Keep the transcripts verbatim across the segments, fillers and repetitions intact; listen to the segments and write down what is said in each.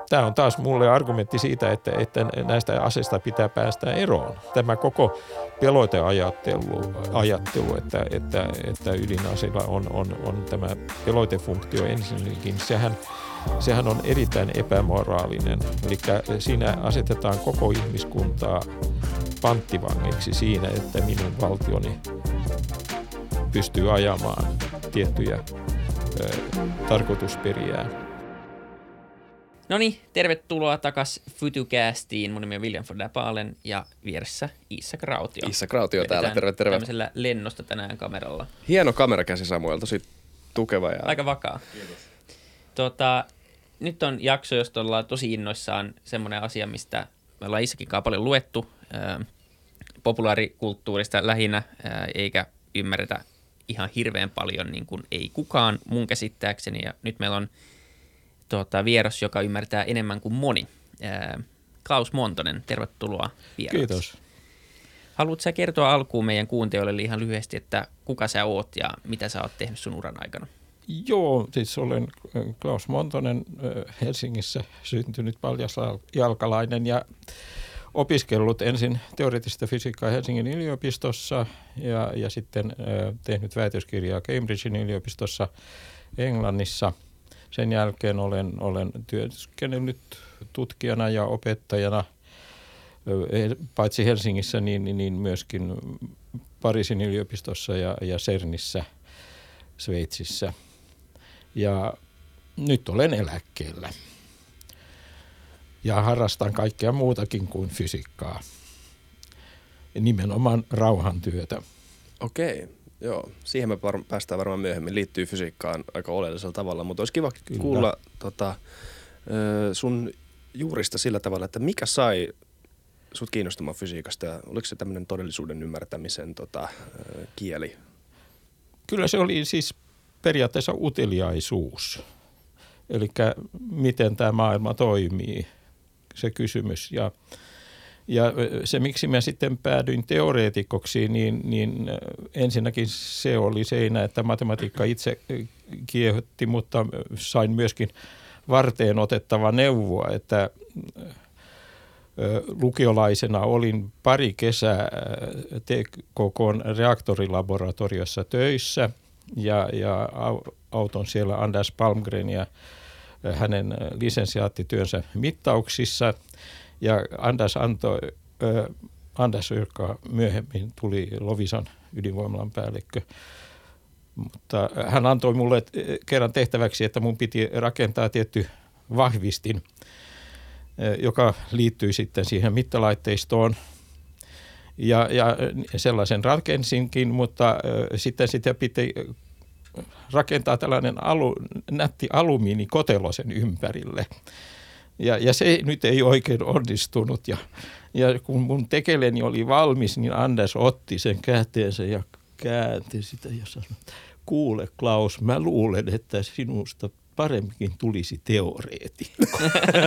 tämä on taas mulle argumentti siitä, että, että näistä aseista pitää päästä eroon. Tämä koko peloteajattelu, ajattelu, että, että, että ydinaseilla on, on, on tämä pelotefunktio ensinnäkin, sehän, sehän on erittäin epämoraalinen. Eli siinä asetetaan koko ihmiskuntaa panttivangiksi siinä, että minun valtioni pystyy ajamaan tiettyjä ö, tarkoitusperiään. No niin, tervetuloa takas FutuCastiin. Mun nimi on William von der Baalen ja vieressä Iisak Rautio. Iisak Rautio täällä, terve, terve. Tämmöisellä lennosta tänään kameralla. Hieno kamerakäsi Samuel, tosi tukeva. Ja... Aika vakaa. Kiitos. Tota, nyt on jakso, josta ollaan tosi innoissaan, semmoinen asia, mistä me ollaan Iisakin kanssa paljon luettu ää, populaarikulttuurista lähinnä, ää, eikä ymmärretä ihan hirveän paljon, niin kuin ei kukaan mun käsittääkseni. Ja nyt meillä on Tuota, vieras, joka ymmärtää enemmän kuin moni. Ää, Klaus Montonen, tervetuloa vieraksi. Kiitos. Haluatko sä kertoa alkuun meidän kuuntelijoille ihan lyhyesti, että kuka sä oot ja mitä sä oot tehnyt sun uran aikana? Joo, siis olen Klaus Montonen, Helsingissä syntynyt paljasjalkalainen ja opiskellut ensin teoreettista fysiikkaa Helsingin yliopistossa ja, ja sitten tehnyt väitöskirjaa Cambridgein yliopistossa Englannissa. Sen jälkeen olen, olen työskennellyt tutkijana ja opettajana, paitsi Helsingissä, niin, niin myöskin Pariisin yliopistossa ja, ja CERNissä Sveitsissä. Ja nyt olen eläkkeellä ja harrastan kaikkea muutakin kuin fysiikkaa, nimenomaan rauhantyötä. Okei. Joo, siihen me var- päästään varmaan myöhemmin. Liittyy fysiikkaan aika oleellisella tavalla, mutta olisi kiva Kyllä. kuulla tota, sun juurista sillä tavalla, että mikä sai sut kiinnostumaan fysiikasta ja oliko se tämmöinen todellisuuden ymmärtämisen tota, kieli? Kyllä se oli siis periaatteessa uteliaisuus, eli miten tämä maailma toimii, se kysymys. Ja Ja se, miksi mä sitten päädyin teoreetikoksi, niin, niin ensinnäkin se oli seinä, että matematiikka itse kiehotti, mutta sain myöskin varteen otettava neuvoa, että lukiolaisena olin pari kesää T K K:n reaktorilaboratoriossa töissä ja, ja auton siellä Anders Palmgren ja hänen lisensiaattityönsä mittauksissa. Ja Anders antoi, äh, Anders, joka myöhemmin tuli Loviisan ydinvoimalan päällikkö, mutta hän antoi mulle kerran tehtäväksi, että mun piti rakentaa tietty vahvistin, äh, joka liittyi sitten siihen mittalaitteistoon. Ja, ja sellaisen rakensinkin, mutta äh, sitten sitä piti rakentaa tällainen alu, nätti alumiinikotelo sen ympärille. Ja, ja se nyt ei oikein onnistunut ja, ja kun mun tekeleni oli valmis, niin Anders otti sen käteensä ja käänti sitä ja sanoi, kuule Klaus, mä luulen, että sinusta paremminkin tulisi teoreetikko.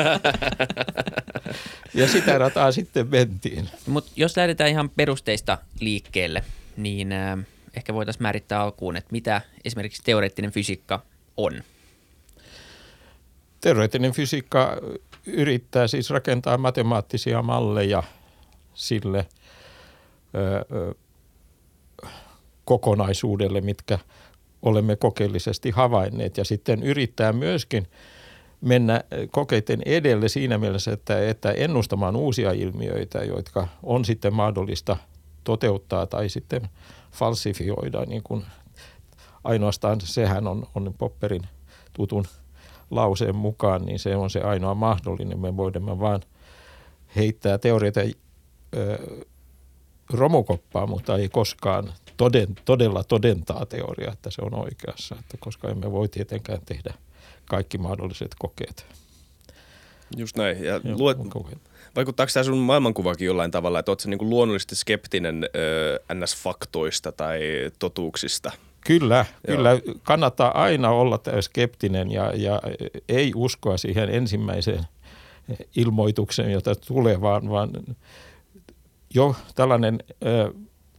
Ja sitä rataa sitten mentiin. Mutta jos lähdetään ihan perusteista liikkeelle, niin äh, ehkä voitaisiin määrittää alkuun, että mitä esimerkiksi teoreettinen fysiikka on. Teoreettinen fysiikka yrittää siis rakentaa matemaattisia malleja sille ö, ö, kokonaisuudelle, mitkä olemme kokeellisesti havainneet. Ja sitten yrittää myöskin mennä kokeiden edelle siinä mielessä, että, että ennustamaan uusia ilmiöitä, jotka on sitten mahdollista toteuttaa tai sitten falsifioida. Niin kuin ainoastaan sehän on, on Popperin tutun lauseen mukaan, niin se on se ainoa mahdollinen. Me voimme vaan heittää teorioita ö, romukoppaa, mutta ei koskaan toden, todella todentaa teoriaa, että se on oikeassa, että koska emme voi tietenkään tehdä kaikki mahdolliset kokeet. Just näin. Ja luet, vaikuttaako tämä sun maailmankuvakin jollain tavalla, että ootko sä niin luonnollisesti skeptinen ö, N S-faktoista tai totuuksista? Kyllä, Joo. kyllä kannattaa aina olla skeptinen ja, ja ei uskoa siihen ensimmäiseen ilmoitukseen, jota tulee, vaan, vaan jo tällainen ö,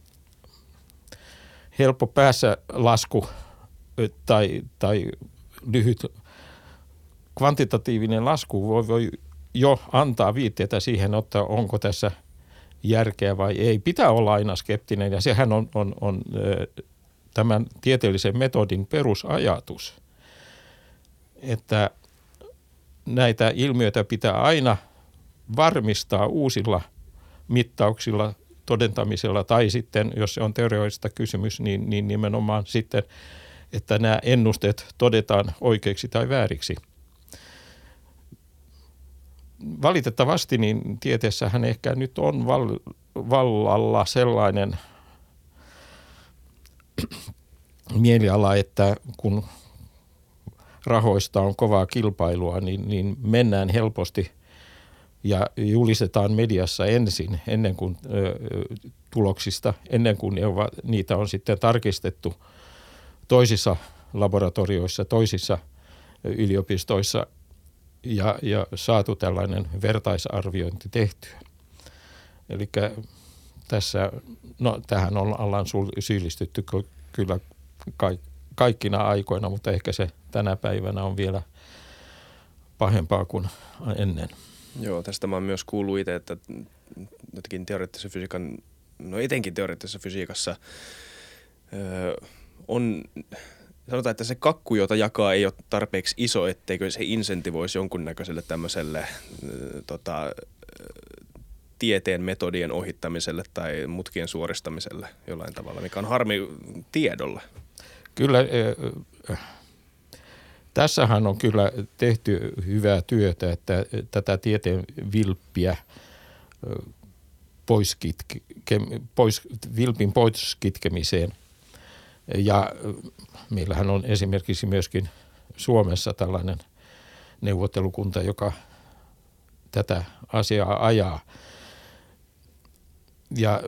helppo päässä lasku tai, tai lyhyt kvantitatiivinen lasku voi, voi jo antaa viitteitä siihen, että onko tässä järkeä vai ei. Pitää olla aina skeptinen ja sehän on, on, on tämän tieteellisen metodin perusajatus, että näitä ilmiöitä pitää aina varmistaa uusilla mittauksilla, todentamisella tai sitten, jos se on teoreettista kysymys, niin, niin nimenomaan sitten, että nämä ennusteet todetaan oikeiksi tai vääriksi. Valitettavasti niin tieteessähän ehkä nyt on val, vallalla sellainen mieliala, että kun rahoista on kovaa kilpailua, niin, niin mennään helposti ja julistetaan mediassa ensin, ennen kuin ö, tuloksista, ennen kuin ne ovat, niitä on sitten tarkistettu toisissa laboratorioissa, toisissa yliopistoissa ja, ja saatu tällainen vertaisarviointi tehtyä. Eli tässä, no tähän ollaan syyllistytty kyllä kaikkina aikoina, mutta ehkä se tänä päivänä on vielä pahempaa kuin ennen. Joo, tästä mä oon myös kuullut itse, että jotenkin teoreettisen fysiikan, no etenkin teoreettisessa fysiikassa öö, on, sanotaan, että se kakku, jota jakaa, ei ole tarpeeksi iso, etteikö se insentivoisi jonkunnäköiselle tämmöiselle öö, tota, tieteen metodien ohittamiselle tai mutkien suoristamiselle jollain tavalla, mikä on harmi tiedolle. Kyllä, äh, tässähän on kyllä tehty hyvää työtä, että tätä tieteen vilppiä pois kitke, pois, vilpin pois kitkemiseen. Ja meillähän on esimerkiksi myöskin Suomessa tällainen neuvottelukunta, joka tätä asiaa ajaa. Ja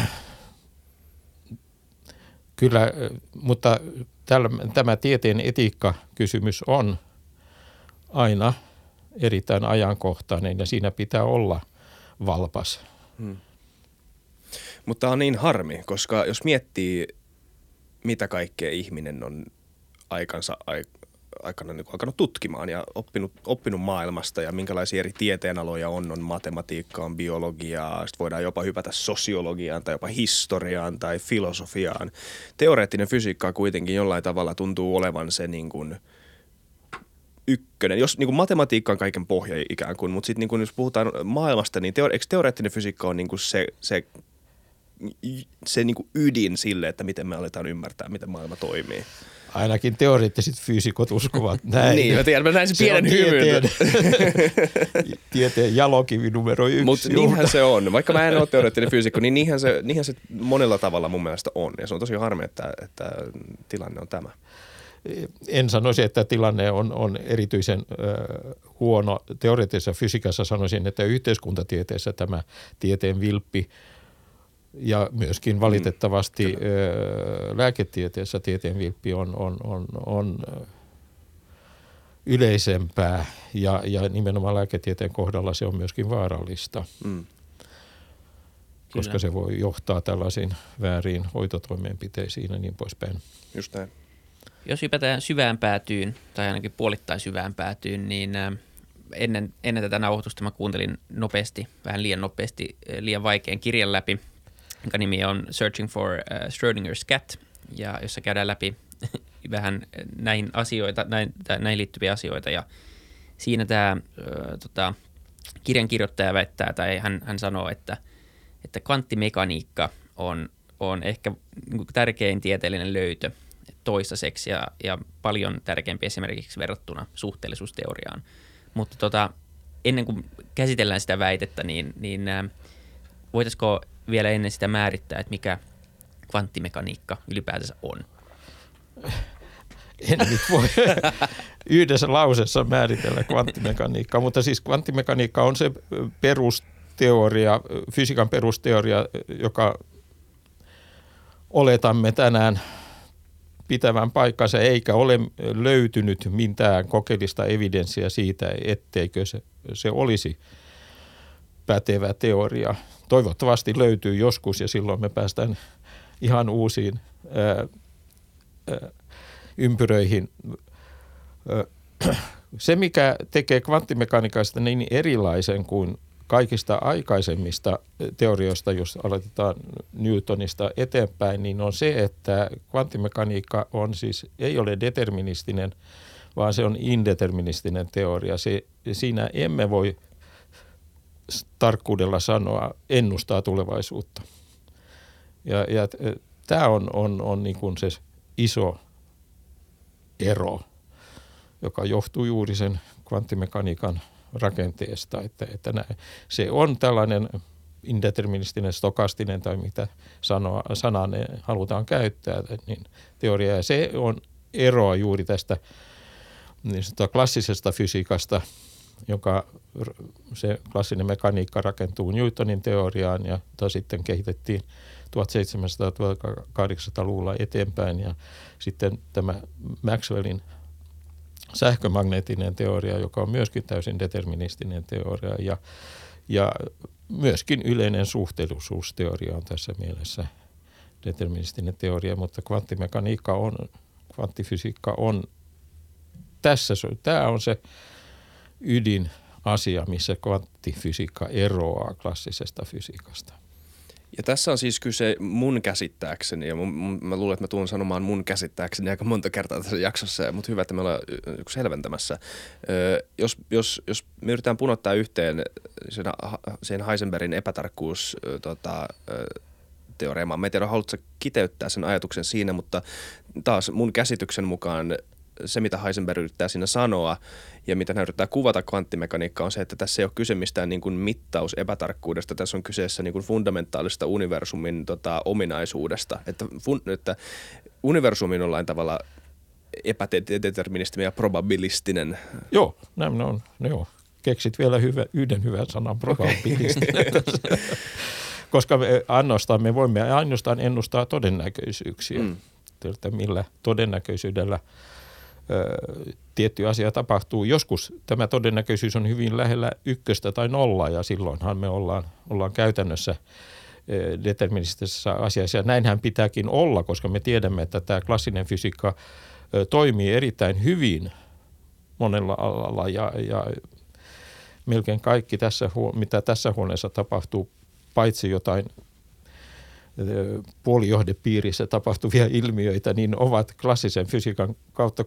kyllä, mutta tällä, tämä tieteen etiikka-kysymys on aina erittäin ajankohtainen ja siinä pitää olla valpas. Hmm. Mutta on niin harmi, koska jos miettii, mitä kaikkea ihminen on aikansa aikana niin alkanut tutkimaan ja oppinut, oppinut maailmasta ja minkälaisia eri tieteenaloja on, on matematiikkaa, on biologiaa, sitten voidaan jopa hypätä sosiologiaan tai jopa historiaan tai filosofiaan. Teoreettinen fysiikka kuitenkin jollain tavalla tuntuu olevan se niin kuin ykkönen. Jos niin kuin matematiikka on kaiken pohja ikään kuin, mutta sitten niin kuin jos puhutaan maailmasta, niin teore- eikö teoreettinen fysiikka on niin kuin se, se, se niin kuin ydin sille, että miten me aletaan ymmärtää, miten maailma toimii? Ainakin teoreettiset fyysikot uskovat näin. Niin, mä tiedän, mä näin sen pienen hymyn. Tieteen jalokivi numero yksi. Mutta niinhän se on. Vaikka mä en ole teoreettinen fyysikko, niin niinhän se, niinhän se monella tavalla mun mielestä on. Ja se on tosi harmi, että, että tilanne on tämä. En sanoisi, että tilanne on, on erityisen äh, huono. Teoreettisessa fysiikassa sanoisin, että yhteiskuntatieteessä tämä tieteen vilppi ja myöskin valitettavasti mm, ö, lääketieteessä tieteen vilppi on, on, on, on yleisempää ja, ja nimenomaan lääketieteen kohdalla se on myöskin vaarallista, mm. koska Kyllä. se voi johtaa tällaisiin vääriin hoitotoimenpiteisiin ja niin poispäin. Just näin. Jos hypätään syvään päätyyn, tai ainakin puolittain syvään päätyyn, niin ennen, ennen tätä nauhoitusta mä kuuntelin nopeasti, vähän liian nopeasti, liian vaikean kirjan läpi, jonka nimi on Searching for uh, Schrödinger's Cat, ja jossa käydään läpi vähän näihin, asioita, näin, näihin liittyviä asioita. Ja siinä tämä ö, tota, kirjan kirjoittaja väittää, tai hän, hän sanoo, että, että kvanttimekaniikka on, on ehkä tärkein tieteellinen löytö toistaiseksi ja, ja paljon tärkeämpi esimerkiksi verrattuna suhteellisuusteoriaan. Mutta tota, ennen kuin käsitellään sitä väitettä, niin, niin äh, voitaisiko vielä ennen sitä määrittää, että mikä kvanttimekaniikka ylipäätänsä on? En nyt voi yhdessä lauseessa määritellä kvanttimekaniikkaa, mutta siis kvanttimekaniikka on se perusteoria, fysiikan perusteoria, joka oletamme tänään pitävän paikkansa, eikä ole löytynyt mitään kokeellista evidenssiä siitä, etteikö se, se olisi pätevä teoria. Toivottavasti löytyy joskus ja silloin me päästään ihan uusiin ää, ää, ympyröihin. Ää, Se, mikä tekee kvanttimekaniikasta niin erilaisen kuin kaikista aikaisemmista teorioista, jos aloitetaan Newtonista eteenpäin, niin on se, että kvanttimekaniikka on siis, ei ole deterministinen, vaan se on indeterministinen teoria. Se, siinä emme voi tarkkuudella sanoa, ennustaa tulevaisuutta. Ja, ja tämä on, on, on niin kuin se iso ero, joka johtuu juuri sen kvanttimekaniikan rakenteesta, että, että nä, se on tällainen indeterministinen, stokastinen tai mitä sanoa, sanaa ne halutaan käyttää, niin teoria. Ja se on eroa juuri tästä niin klassisesta fysiikasta, joka se klassinen mekaniikka rakentuu Newtonin teoriaan ja sitten kehitettiin tuhatseitsemänsataa-tuhatkahdeksansataaluvulla eteenpäin ja sitten tämä Maxwellin sähkömagneettinen teoria, joka on myöskin täysin deterministinen teoria ja, ja myöskin yleinen suhteellisuusteoria on tässä mielessä deterministinen teoria, mutta kvanttimekaniikka on, kvanttifysiikka on tässä, tämä on se ydinasia, missä kvanttifysiikka eroaa klassisesta fysiikasta. Ja tässä on siis kyse mun käsittääkseni, ja mun, mun, mä luulen, että mä tuun sanomaan mun käsittääkseni aika monta kertaa tässä jaksossa, mutta hyvä, että me ollaan selventämässä. Ö, jos, jos, jos me yritetään punottaa yhteen sen, sen Heisenbergin epätarkkuus tota, teoreemaan, mä en tiedä, haluatko kiteyttää sen ajatuksen siinä, mutta taas mun käsityksen mukaan se, mitä Heisenberg yrittää siinä sanoa ja mitä hän yrittää kuvata kvanttimekaniikkaa on se, että tässä ei ole kyse mistään niin kuin mittaus epätarkkuudesta. Tässä on kyseessä niin kuin fundamentaalista universumin tota, ominaisuudesta. Että, fun, että universumin on jollain tavalla epädeterministinen ja probabilistinen. Joo, näin on. Joo. Keksit vielä hyvä, yhden hyvän sanan, probabilistinen. Okay. Koska me ainoastaan me voimme ainoastaan ennustaa todennäköisyyksiä. Mm. Että millä todennäköisyydellä tietty asia tapahtuu. Joskus tämä todennäköisyys on hyvin lähellä ykköstä tai nollaa ja silloinhan me ollaan, ollaan käytännössä deterministisessä asiassa. Ja näinhän pitääkin olla, koska me tiedämme, että tämä klassinen fysiikka toimii erittäin hyvin monella alalla ja, ja melkein kaikki, tässä, mitä tässä huoneessa tapahtuu, paitsi jotain puolijohdepiirissä tapahtuvia ilmiöitä, niin ovat klassisen fysiikan kautta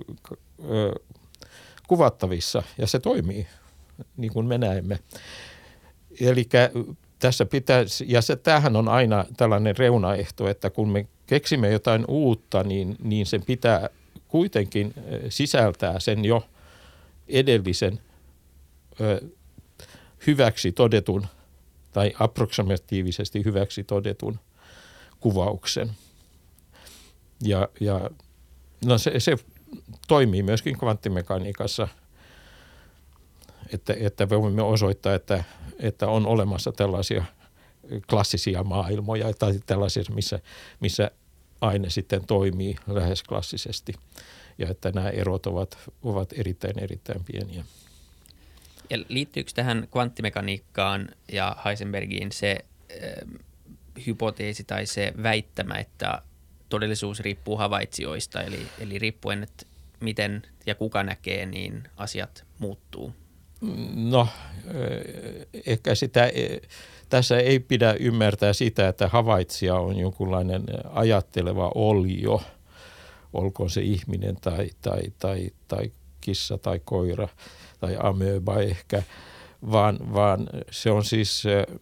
kuvattavissa ja se toimii niin kuin me näemme. Eli tässä pitäisi, ja se, tämähän on aina tällainen reunaehto, että kun me keksimme jotain uutta, niin, niin sen pitää kuitenkin sisältää sen jo edellisen ö, hyväksi todetun tai approksimatiivisesti hyväksi todetun kuvauksen. Ja, ja no se, se toimii myöskin kvanttimekaniikassa, että, että voimme osoittaa, että, että on olemassa tällaisia klassisia maailmoja tai tällaisia, missä, missä aine sitten toimii lähes klassisesti ja että nämä erot ovat, ovat erittäin, erittäin pieniä. Ja liittyykö tähän kvanttimekaniikkaan ja Heisenbergiin se äh, hypoteesi tai se väittämä, että todellisuus riippuu havaitsijoista, eli, eli riippuen, että miten ja kuka näkee, niin asiat muuttuu? No, ehkä sitä, tässä ei pidä ymmärtää sitä, että havaitsija on jonkunlainen ajatteleva olio, olkoon se ihminen tai, tai, tai, tai kissa tai koira tai amöba ehkä, vaan, vaan se on siis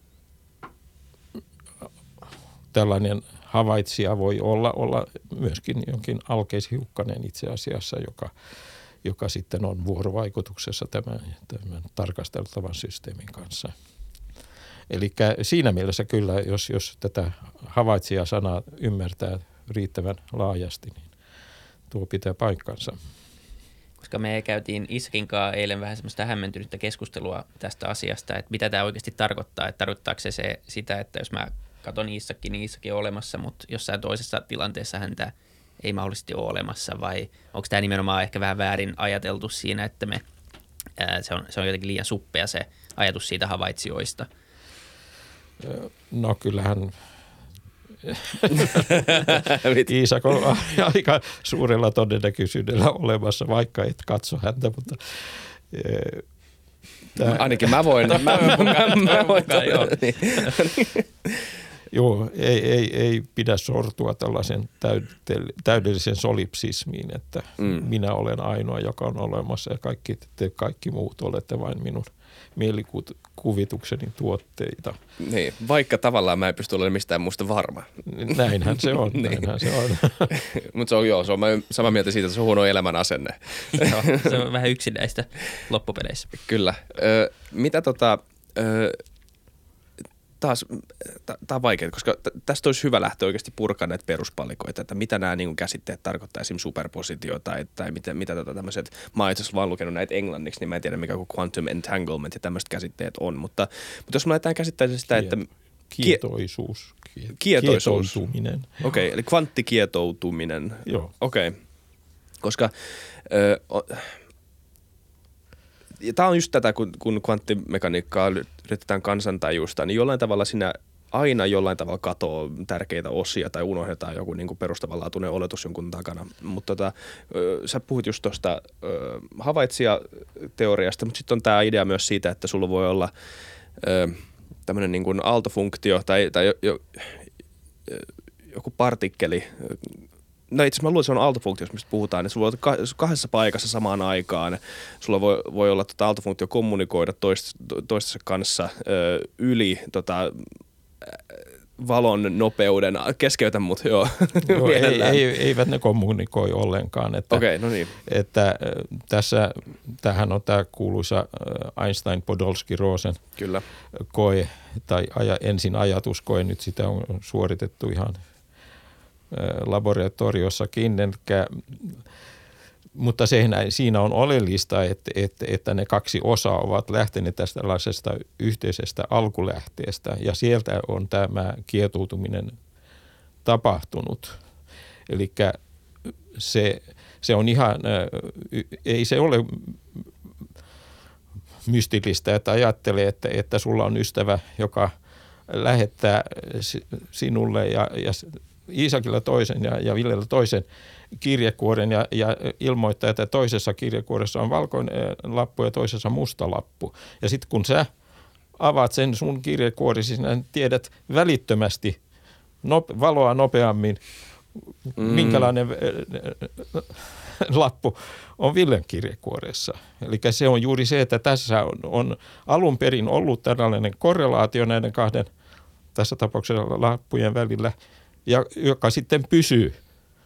tällainen havaitsija voi olla, olla myöskin jonkin alkeishiukkanen itse asiassa, joka, joka sitten on vuorovaikutuksessa tämän, tämän tarkasteltavan systeemin kanssa. Eli siinä mielessä kyllä, jos, jos tätä havaitsija-sanaa ymmärtää riittävän laajasti, niin tuo pitää paikkansa. Koska me käytiin Isakin kanssa eilen vähän semmoista hämmentynyttä keskustelua tästä asiasta, että mitä tämä oikeasti tarkoittaa. Että tarkoittaako se, se sitä, että jos mä katson Isakin, niin Isakin on olemassa, mutta jossain toisessa tilanteessa häntä ei mahdollisesti ole olemassa, vai onko tämä nimenomaan ehkä vähän väärin ajateltu siinä, että me, ää, se, on, se on jotenkin liian suppea se ajatus siitä havaitsijoista? No kyllähän Iisak on aika suurella todennäköisyydellä olemassa, vaikka et katso häntä, mutta Tää. Ainakin mä voin. mä, mä, mä voin joo. Joo, ei, ei, ei pidä sortua tällaisen täydellisen solipsismiin, että mm. minä olen ainoa, joka on olemassa ja kaikki, te kaikki muut olette vain minun mielikuvitukseni tuotteita. Niin, vaikka tavallaan mä en pysty olemaan mistään muusta varma. Näinhän se on, niin. näinhän se on. Mutta se on joo, se on samaa mieltä siitä, että se on huono elämän asenne. Joo, se on vähän yksinäistä loppupeleissä. Kyllä. Ö, mitä tota... Ö, Taas, tämä on vaikeaa, koska tästä olisi hyvä lähteä oikeasti purkaa näitä peruspalikoita, että mitä nämä niin kuin käsitteet tarkoittaa, esimerkiksi superpositio tai, tai mitä, mitä tota tämmöiset, mä oon itse asiassa vaan lukenut näitä englanniksi, niin mä en tiedä mikä kuin quantum entanglement ja tämmöiset käsitteet on, mutta, mutta jos mä lähdetään käsittämään sitä, että... Kietoisuus. Kietoisuus. Kietoutuminen. Okei, okay, eli kvanttikietoutuminen. Joo. Okei, okay. Koska... Ö, Tämä on just tätä, kun, kun kvanttimekaniikkaa yritetään kansantajusta, niin jollain tavalla siinä aina jollain tavalla katoo tärkeitä osia tai unohdetaan joku niin kuin perustavanlaatuinen oletus jonkun takana. Mutta tota, sä puhut just tuosta havaitsija-teoriasta, mutta sitten on tämä idea myös siitä, että sulla voi olla tämmöinen niin kuin aaltofunktio tai, tai jo, jo, joku partikkeli. No itse asiassa mä luulen, että se on aaltofunktio, mistä puhutaan, että sulla voi olla kahdessa paikassa samaan aikaan. Sulla voi, voi olla tota aaltofunktio kommunikoida toist, toistensa kanssa ö, yli tota, valon nopeuden. Keskeytä mut, joo. joo ei, ei, eivät ne kommunikoi ollenkaan. Että, Okei, okay, no niin. Että tässä, tämähän on tämä kuuluisa Einstein-Podolsky-Rosen Kyllä. koe, tai aja, ensin ajatuskoe, nyt sitä on suoritettu ihan laboratoriossakin, enkä, mutta sehän, siinä on oleellista, että, että, että ne kaksi osaa ovat lähteneet tästä tällaisesta yhteisestä alkulähteestä ja sieltä on tämä kietoutuminen tapahtunut. Eli se, se on ihan, ei se ole mystillistä, että ajattelee, että, että sulla on ystävä, joka lähettää sinulle ja, ja Iisakilla toisen ja, ja Villellä toisen kirjekuoren ja, ja ilmoittaa, että toisessa kirjekuoressa on valkoinen lappu ja toisessa musta lappu. Ja sitten kun sä avaat sen sun kirjekuorisi, niin tiedät välittömästi nope, valoa nopeammin, mm. minkälainen lappu on Villen kirjekuoressa. Eli se on juuri se, että tässä on, on alun perin ollut tällainen korrelaatio näiden kahden tässä tapauksessa lappujen välillä, ja joka sitten pysyy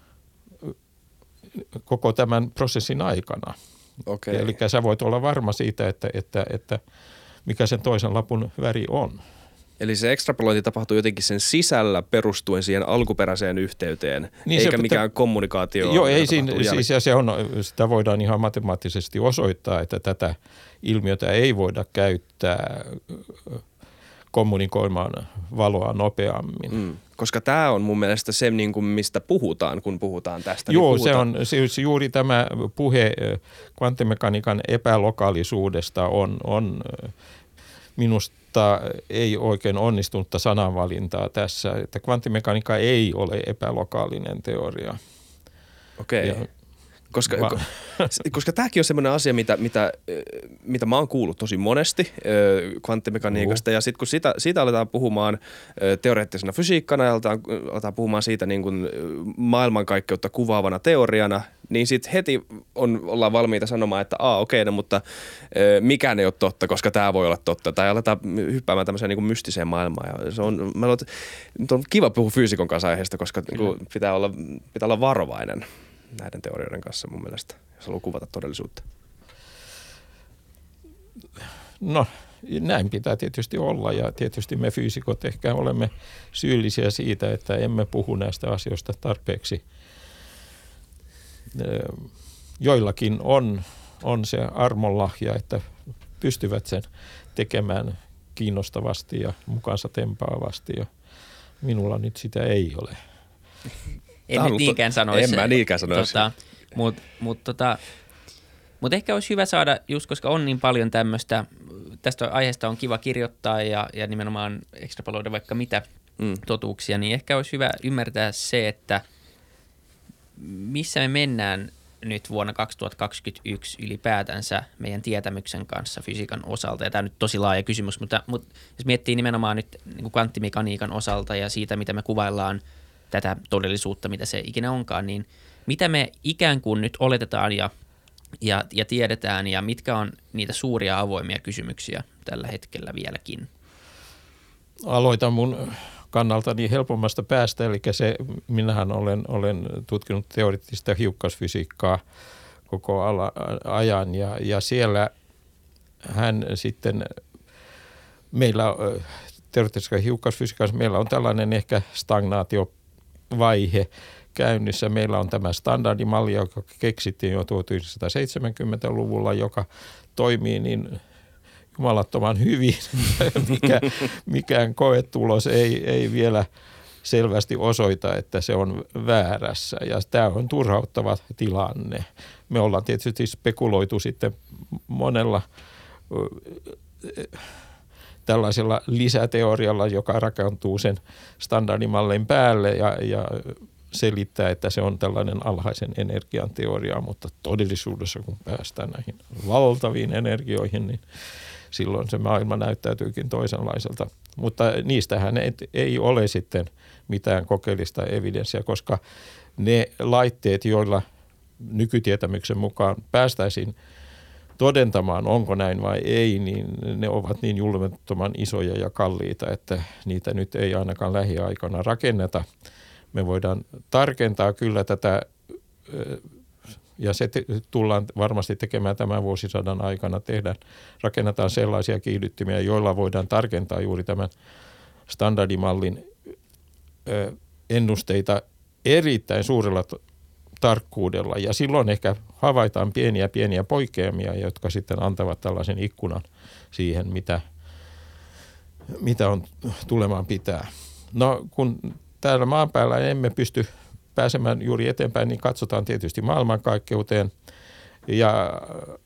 koko tämän prosessin aikana. Okay. Eli sä voit olla varma siitä, että, että, että mikä sen toisen lapun väri on. Eli se ekstrapolointi tapahtuu jotenkin sen sisällä perustuen siihen alkuperäiseen yhteyteen, niin eikä se, mikään te, kommunikaatio. Joo, ei siinä, siis ja se on, sitä voidaan ihan matemaattisesti osoittaa, että tätä ilmiötä ei voida käyttää kommunikoimaan valoa nopeammin. Mm. Koska tämä on mun mielestä se, niin kuin mistä puhutaan, kun puhutaan tästä. Joo, niin puhutaan. se on se, juuri tämä puhe kvanttimekaniikan epälokaalisuudesta on, on minusta ei oikein onnistunutta sananvalintaa tässä, että kvanttimekaniikka ei ole epälokaalinen teoria. Okei. Okay. Koska, Va- koska tämäkin on semmoinen asia, mitä, mitä, mitä mä oon kuullut tosi monesti kvanttimekaniikasta. Uh. Ja sitten kun sitä, siitä aletaan puhumaan teoreettisena fysiikkana ja aletaan, aletaan puhumaan siitä niin kuin maailmankaikkeutta kuvaavana teoriana, niin sitten heti on, ollaan valmiita sanomaan, että aa okei, okay, no, mutta mikään ei ole totta, koska tämä voi olla totta. Tai aletaan hyppäämään tämmöiseen niin kuin mystiseen maailmaan. Ja se on, mä luulen, että on kiva puhua fyysikon kanssa aiheesta, koska niin kuin pitää, olla, pitää olla varovainen näiden teorioiden kanssa mun mielestä, jos haluaa kuvata todellisuutta. No näin pitää tietysti olla ja tietysti me fyysikot ehkä olemme syyllisiä siitä, että emme puhu näistä asioista tarpeeksi. Joillakin on, on se armonlahja, että pystyvät sen tekemään kiinnostavasti ja mukaansa tempaavasti ja minulla nyt sitä ei ole. En nyt niinkään sanoisi. En mä niinkään sanoisi. Tota, Mutta mut, tota, mut ehkä olisi hyvä saada, just koska on niin paljon tämmöistä, tästä aiheesta on kiva kirjoittaa ja, ja nimenomaan ekstrapoloida vaikka mitä mm. totuuksia, niin ehkä olisi hyvä ymmärtää se, että missä me mennään nyt vuonna kaksituhattakaksikymmentäyksi ylipäätänsä meidän tietämyksen kanssa fysiikan osalta. Ja tämä on nyt tosi laaja kysymys, mutta, mutta jos miettii nimenomaan nyt niin kuin kvanttimekaniikan osalta ja siitä, mitä me kuvaillaan tätä todellisuutta, mitä se ikinä onkaan, niin mitä me ikään kuin nyt oletetaan ja, ja, ja tiedetään ja mitkä on niitä suuria avoimia kysymyksiä tällä hetkellä vieläkin? Aloitan mun kannaltani helpommasta päästä, eli se, minähän olen, olen tutkinut teoreettista hiukkasfysiikkaa koko ala, ajan ja, ja siellä hän sitten, meillä teoreettisessa hiukkasfysiikassa meillä on tällainen ehkä stagnaatiovaihe käynnissä. Meillä on tämä standardimalli, joka keksittiin jo tuhatyhdeksänsataaseitsemänkymmentäluvulla, joka toimii niin jumalattoman hyvin, mikä, mikään koetulos ei, ei vielä selvästi osoita, että se on väärässä. Ja tämä on turhauttava tilanne. Me ollaan tietysti spekuloitu sitten monella tällaisella lisäteorialla, joka rakentuu sen standardimallin päälle ja, ja selittää, että se on tällainen alhaisen energian teoria, mutta todellisuudessa kun päästään näihin valtaviin energioihin, niin silloin se maailma näyttäytyykin toisenlaiselta. Mutta niistähän ei, ei ole sitten mitään kokeellista evidenssiä, koska ne laitteet, joilla nykytietämyksen mukaan päästäisiin todentamaan, onko näin vai ei, niin ne ovat niin julmettoman isoja ja kalliita, että niitä nyt ei ainakaan lähiaikana rakenneta. Me voidaan tarkentaa kyllä tätä, ja se te, tullaan varmasti tekemään tämän vuosisadan aikana, tehdä, rakennetaan sellaisia kiihdyttimiä, joilla voidaan tarkentaa juuri tämän standardimallin ö, ennusteita erittäin suurella t- tarkkuudella. Ja silloin ehkä havaitaan pieniä pieniä poikkeamia, jotka sitten antavat tällaisen ikkunan siihen, mitä, mitä on tulemaan pitää. No kun täällä maan päällä emme pysty pääsemään juuri eteenpäin, niin katsotaan tietysti maailmankaikkeuteen. Ja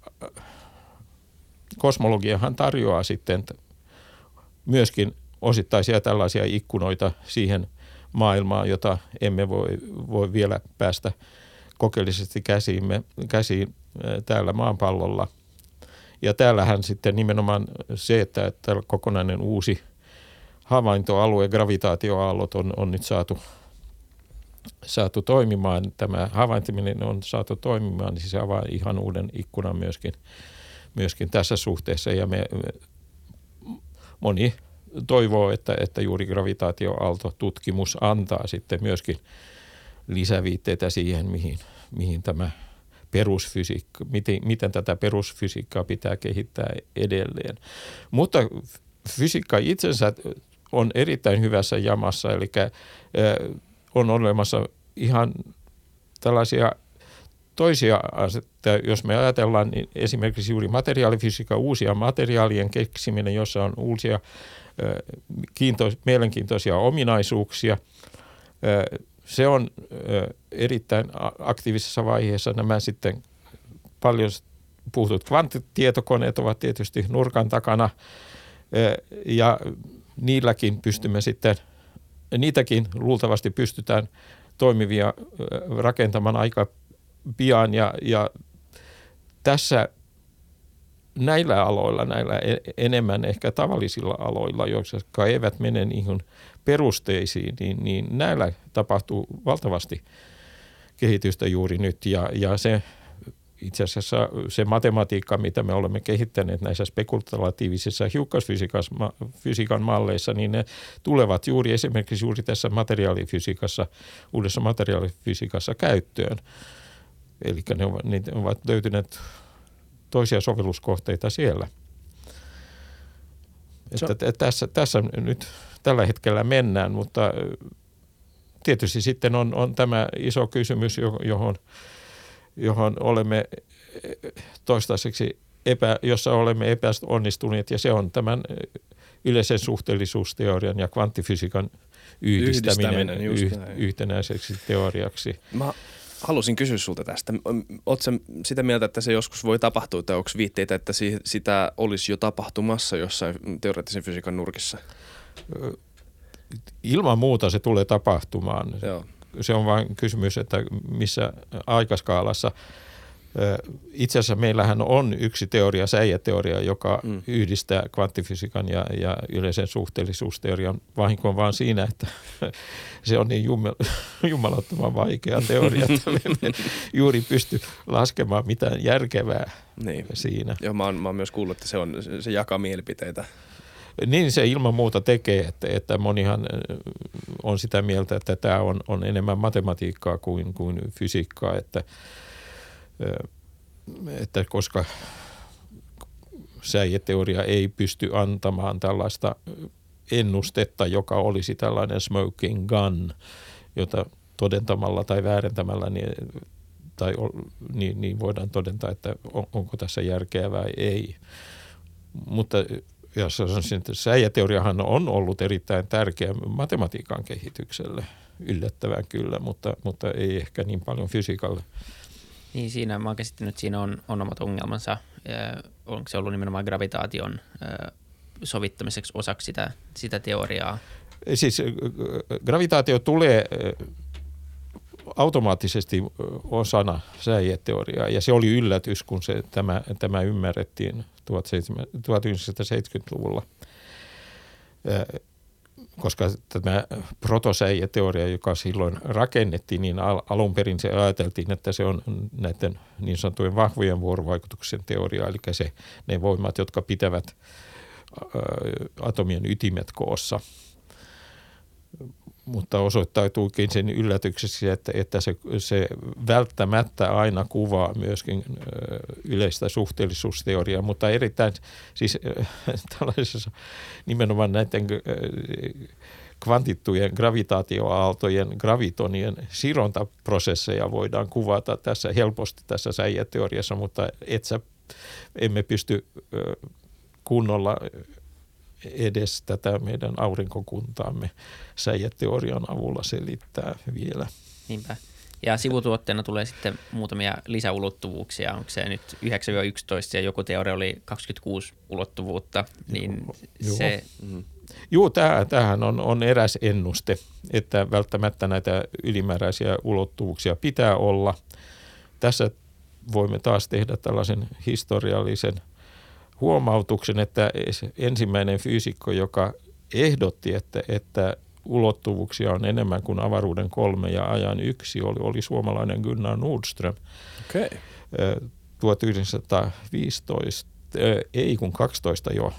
kosmologiahan tarjoaa sitten myöskin osittaisia tällaisia ikkunoita siihen maailmaan, jota emme voi, voi vielä päästä kokeellisesti käsiimme, käsiin täällä maapallolla. Ja täällähän sitten nimenomaan se, että, että kokonainen uusi havaintoalue, gravitaatioaallot on, on nyt saatu, saatu toimimaan. Tämä havaintiminen on saatu toimimaan, niin se avaa ihan uuden ikkunan myöskin, myöskin tässä suhteessa. Ja me, moni toivoo, että, että juuri gravitaatioaaltotutkimus antaa sitten myöskin lisäviitteitä siihen, mihin, mihin tämä perusfysiikka, miten, miten tätä perusfysiikkaa pitää kehittää edelleen. Mutta fysiikka itsensä on erittäin hyvässä jamassa, eli on olemassa ihan tällaisia toisia asioita, jos me ajatellaan niin esimerkiksi juuri materiaalifysiikka, uusia materiaalien keksiminen, jossa on uusia kiintois- mielenkiintoisia ominaisuuksia. Se on erittäin aktiivisessa vaiheessa. Nämä sitten paljon puhutut kvanttitietokoneet ovat tietysti nurkan takana ja niilläkin pystymme sitten, niitäkin luultavasti pystytään toimivia rakentamaan aika pian ja, ja tässä näillä aloilla, näillä enemmän ehkä tavallisilla aloilla, jotka eivät mene niihin perusteisiin, niin, niin näillä tapahtuu valtavasti kehitystä juuri nyt ja, ja se itse asiassa se matematiikka, mitä me olemme kehittäneet näissä spekulatiivisissa hiukkasfysiikan malleissa, niin ne tulevat juuri esimerkiksi juuri tässä materiaalifysiikassa, uudessa materiaalifysiikassa käyttöön. Eli ne ovat, ne ovat löytyneet toisia sovelluskohteita siellä. Että tässä, tässä nyt tällä hetkellä mennään, mutta tietysti sitten on, on tämä iso kysymys, johon johon olemme toistaiseksi, epä, jossa olemme epäonnistuneet, ja se on tämän yleisen suhteellisuusteorian ja kvanttifysiikan yhdistäminen, yhdistäminen yh, yhtenäiseksi teoriaksi. Mä halusin kysyä sulta tästä. Oletko sitä mieltä, että se joskus voi tapahtua, tai onko viitteitä, että sitä olisi jo tapahtumassa jossain teoreettisen fysiikan nurkissa? ilman muuta se tulee tapahtumaan. Joo. Se on vain kysymys, että missä aikaskaalassa. Itse asiassa meillähän on yksi teoria, säijäteoria, joka mm. yhdistää kvanttifysiikan ja, ja yleisen suhteellisuusteorian. Vahinko on vaan siinä, että se on niin jummel- jumalattoman vaikea teoria, että me emme juuri pysty laskemaan mitään järkevää niin. siinä. Joo, mä oon, mä oon myös kuullut, että se, on, se jakaa mielipiteitä. Niin se ilman muuta tekee, että, että monihan on sitä mieltä, että tämä on, on enemmän matematiikkaa kuin, kuin fysiikkaa, että että koska säijäteoria ei pysty antamaan tällaista ennustetta, joka olisi tällainen smoking gun, jota todentamalla tai väärentämällä niin, tai, niin, niin voidaan todentaa, että on, onko tässä järkeä vai ei. Mutta ja säijäteoriahan on ollut erittäin tärkeä matematiikan kehitykselle, yllättävän kyllä, mutta, mutta ei ehkä niin paljon fysiikalle. Niin siinä mä oon käsittänyt, että siinä on, on omat ongelmansa. Ja onko se ollut nimenomaan gravitaation ö, sovittamiseksi osaksi sitä, sitä teoriaa? Siis gravitaatio tulee automaattisesti osana säijäteoriaa ja se oli yllätys, kun se, tämä, tämä ymmärrettiin tuhatyhdeksänsataaseitsemänkymmentäluvulla. Koska tämä protosäijäteoria, joka silloin rakennettiin, niin al- alun perin se ajateltiin, että se on näiden niin sanottujen vahvojen vuorovaikutuksen teoria, eli se, ne voimat, jotka pitävät ä, atomien ytimet koossa. Mutta osoittautuikin sen yllätykseksi, että, että se, se välttämättä aina kuvaa myöskin ö, yleistä suhteellisuusteoriaa, mutta erittäin siis ö, tällaisessa nimenomaan näiden ö, kvantittujen gravitaatioaaltojen, gravitonien sirontaprosesseja voidaan kuvata tässä helposti tässä säijäteoriassa, mutta et sä, emme pysty ö, kunnolla edes tätä meidän aurinkokuntaamme säijäteorian avulla selittää vielä. Niinpä. Ja sivutuotteena tulee sitten muutamia lisäulottuvuuksia. Onko se nyt yhdeksän yksitoista ja joku teoria oli kaksikymmentäkuusi ulottuvuutta, niin Joo. se... Mm. Joo, tämähän on, on eräs ennuste, että välttämättä näitä ylimääräisiä ulottuvuuksia pitää olla. Tässä voimme taas tehdä tällaisen historiallisen huomautuksen, että ensimmäinen fyysikko, joka ehdotti, että, että ulottuvuuksia on enemmän kuin avaruuden kolme ja ajan yksi, oli, oli suomalainen Gunnar Nordström. Okay. tuhatyhdeksänsataaviisitoista, ei kun kaksitoista jo,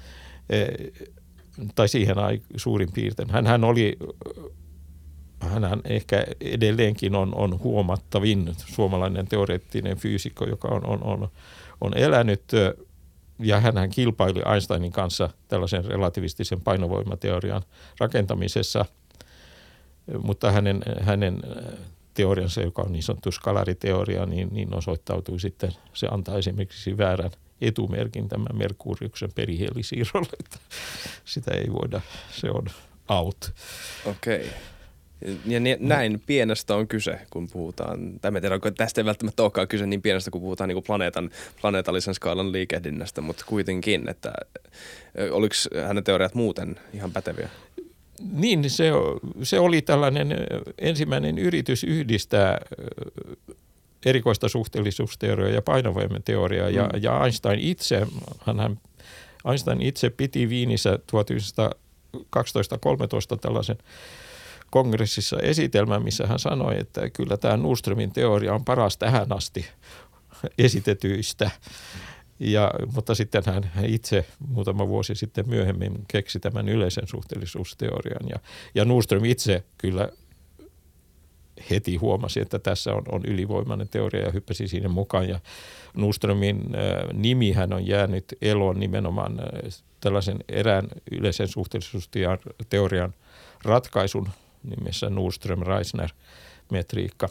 tai siihen suurin piirtein. Hän, hän oli, hän ehkä edelleenkin on, on huomattavin suomalainen teoreettinen fyysikko, joka on, on, on, on elänyt. Ja hän kilpaili Einsteinin kanssa tällaisen relativistisen painovoimateorian rakentamisessa, mutta hänen, hänen teoriansa, joka on niin sanottu skalariteoria, niin, niin osoittautui sitten, se antaa esimerkiksi väärän etumerkin tämän Merkuriuksen perihelisiirrolle, että sitä ei voida, se on out. Okei. Okay. Ja näin pienestä on kyse, kun puhutaan, tai en tiedä, onko tästä ei välttämättä olekaan kyse niin pienestä, kun puhutaan niin kuin planeetan, planeetallisen skaalan liikehdinnästä, mutta kuitenkin, että oliko hänen teoriat muuten ihan päteviä? Niin, se, se oli tällainen ensimmäinen yritys yhdistää erikoista suhteellisuusteoriaa ja painovoimateoriaa, mm. ja, ja Einstein itse, hän, Einstein itse piti Viinissä tuhatyhdeksänsataakaksitoista kolmetoista tällaisen kongressissa esitelmän, missä hän sanoi, että kyllä tämä Nordströmin teoria on paras tähän asti esitetyistä. Ja, mutta sitten hän itse muutama vuosi sitten myöhemmin keksi tämän yleisen suhteellisuusteorian. Ja, ja Nordström itse kyllä heti huomasi, että tässä on, on ylivoimainen teoria ja hyppäsi siinä mukaan. Ja Nordströmin äh, nimihän on jäänyt eloon nimenomaan äh, tällaisen erään yleisen suhteellisuusteorian ratkaisun nimessä Nordström-Reissner-metriikka,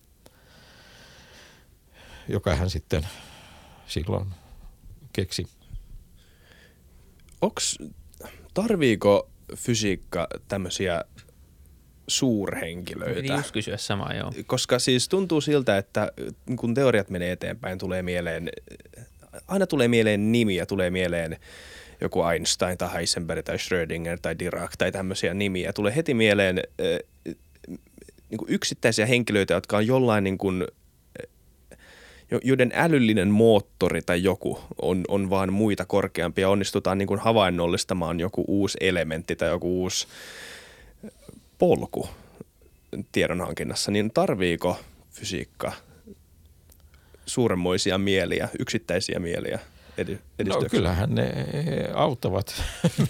joka hän sitten silloin keksi. Onks, tarviiko fysiikka tämmöisiä suurhenkilöitä? Piti just kysyä samaa, joo. Koska siis tuntuu siltä, että kun teoriat menee eteenpäin, tulee mieleen, aina tulee mieleen nimiä, tulee mieleen joku Einstein tai Heisenberg tai Schrödinger tai Dirac tai tämmöisiä nimiä. Tulee heti mieleen äh, niin kuin yksittäisiä henkilöitä, jotka on jollain niin kuin, joiden älyllinen moottori tai joku on, on vaan muita korkeampi ja onnistutaan niin kuin havainnollistamaan joku uusi elementti tai joku uusi polku tiedonhankinnassa, niin tarviiko fysiikka suuremmoisia mieliä, yksittäisiä mieliä edistyöksi? No kyllähän ne auttavat.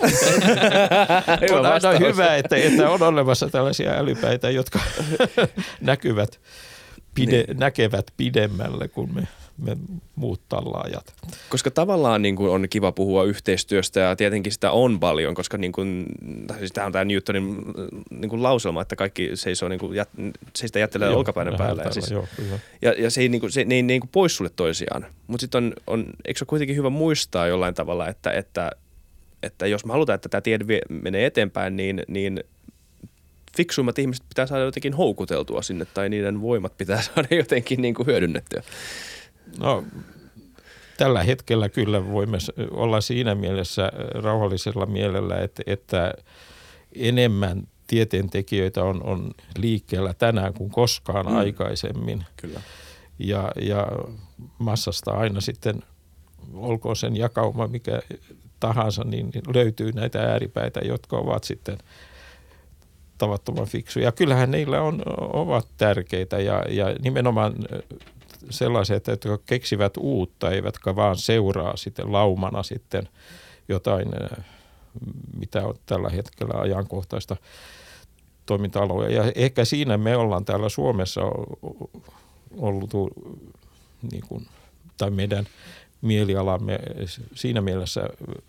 On aina hyvä, että, että on olemassa tällaisia älypäitä, jotka näkyvät, pide, niin. näkevät pidemmälle kuin me, me muut tallaajat. Koska tavallaan niin kuin on kiva puhua yhteistyöstä ja tietenkin sitä on paljon, koska niin kuin, siis tämä on tämä Newtonin niin kuin lauselma, että kaikki seisoo, niin kuin, jät, seistä jättelee olkapäinen päällä. Ja, siis, joo, ja, ja se ei, niin kuin, se, ne ei niin kuin pois sulle toisiaan. Mutta sitten on, on, eikö se ole kuitenkin hyvä muistaa jollain tavalla, että, että, että jos me halutaan, että tämä tiede menee eteenpäin, niin, niin fiksuimmat ihmiset pitää saada jotenkin houkuteltua sinne tai niiden voimat pitää saada jotenkin niin kuin hyödynnettyä. No tällä hetkellä kyllä voimme olla siinä mielessä rauhallisella mielellä, että, että enemmän tieteentekijöitä on, on liikkeellä tänään kuin koskaan mm. aikaisemmin. Kyllä. Ja, ja massasta aina sitten, olkoon sen jakauma mikä tahansa, niin löytyy näitä ääripäitä, jotka ovat sitten tavattoman fiksuja. Kyllähän niillä on, ovat tärkeitä ja, ja nimenomaan sellaiset, jotka keksivät uutta, eivätkä vaan seuraa sitten laumana sitten jotain, mitä on tällä hetkellä ajankohtaista toiminta-aloja. Ja ehkä siinä me ollaan täällä Suomessa ollut, niin kuin, tai meidän mielialamme siinä mielessä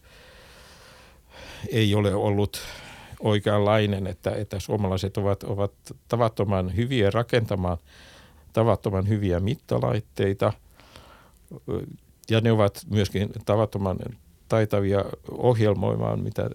ei ole ollut oikeanlainen, että, että suomalaiset ovat, ovat tavattoman hyviä rakentamaan tavattoman hyviä mittalaitteita ja ne ovat myöskin tavattoman taitavia ohjelmoimaan mitä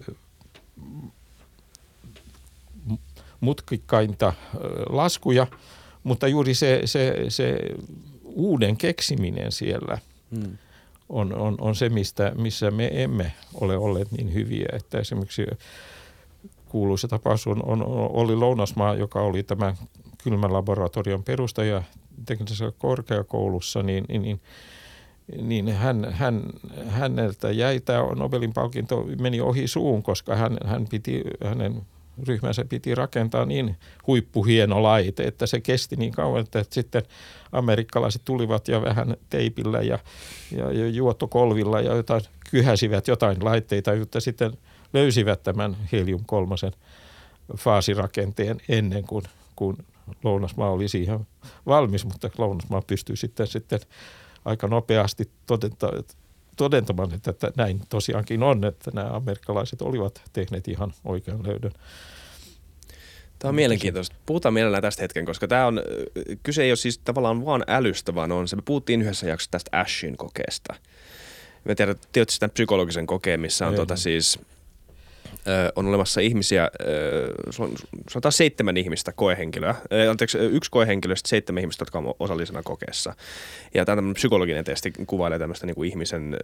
mutkikkainta laskuja, mutta juuri se, se, se uuden keksiminen siellä hmm. on, on, on se, mistä, missä me emme ole olleet niin hyviä, että esimerkiksi kuuluisa tapaus on, on Olli Lounasmaa, joka oli tämä kylmän laboratorion perustaja teknisessä korkeakoulussa, niin, niin, niin hän, hän, häneltä jäi tämä Nobelin palkinto, meni ohi suun, koska hän, hän piti, hänen ryhmänsä piti rakentaa niin huippuhieno laite, että se kesti niin kauan, että sitten amerikkalaiset tulivat ja vähän teipillä ja, ja, ja juottokolvilla ja jotain, kyhäsivät jotain laitteita, jotta sitten löysivät tämän helium kolmosen faasirakenteen ennen kuin, kuin Lounasmaa oli siihen valmis, mutta Lounasmaa pystyi sitten, sitten aika nopeasti todentamaan, että näin tosiaankin on, että nämä amerikkalaiset olivat tehneet ihan oikean löydön. Tämä on mielenkiintoista. Puhutaan mielellään tästä hetken, koska tämä on, kyse ei ole siis tavallaan vaan älystä, vaan on se. Me puhuttiin yhdessä jaksossa tästä Ashin kokeesta. Me tiedät, tietysti tämän psykologisen kokeen, missä on ei, tota siis... on olemassa ihmisiä, sanotaan seitsemän ihmistä koehenkilöä, anteeksi yksi koehenkilö, sitten seitsemän ihmistä, jotka on osallisena kokeessa. Ja tämä psykologinen testi kuvailee tämmöistä niin kuin ihmisen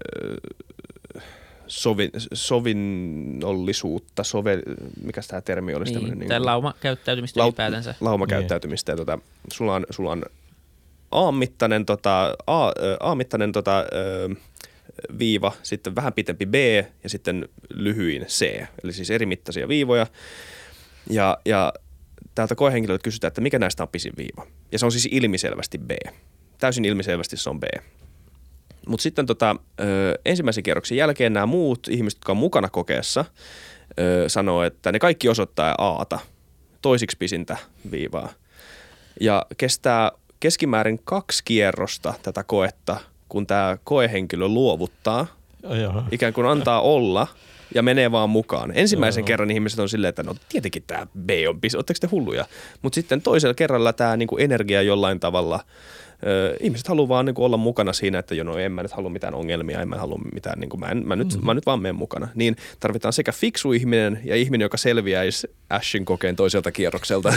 sovi, sovinnollisuutta, sove, mikä tämä termi olisi? Niin, niin tämä laumakäyttäytymistä lau, ylipäätänsä. Laumakäyttäytymistä. Niin. Tota, sulla on, sulla on A-mittainen, tota, A, A-mittainen tota, viiva, sitten vähän pitempi B ja sitten lyhyin C, eli siis eri mittaisia viivoja. Ja, ja täältä koehenkilöltä kysytään, että mikä näistä on pisin viiva. Ja se on siis ilmiselvästi B. Täysin ilmiselvästi se on B. Mutta sitten tota, ö, ensimmäisen kierroksen jälkeen nämä muut ihmiset, jotka on mukana kokeessa, ö, sanoo, että ne kaikki osoittaa A:ta, toisiksi pisintä viivaa. Ja kestää keskimäärin kaksi kierrosta tätä koetta, kun tämä koehenkilö luovuttaa, Jaha. ikään kuin antaa olla ja menee vaan mukaan. Ensimmäisen Jaha. kerran ihmiset on silleen, että no tietenkin tämä B on pisin, ootteko te hulluja? Mutta sitten toisella kerralla tämä niinku energia jollain tavalla, ö, ihmiset haluaa vaan niinku olla mukana siinä, että jo no en mä nyt halua mitään ongelmia, en mä halua mitään, niinku, mä, en, mä, nyt, mm-hmm. mä nyt vaan menen mukana. Niin tarvitaan sekä fiksu ihminen ja ihminen, joka selviäisi Ashin kokeen toiselta kierrokselta.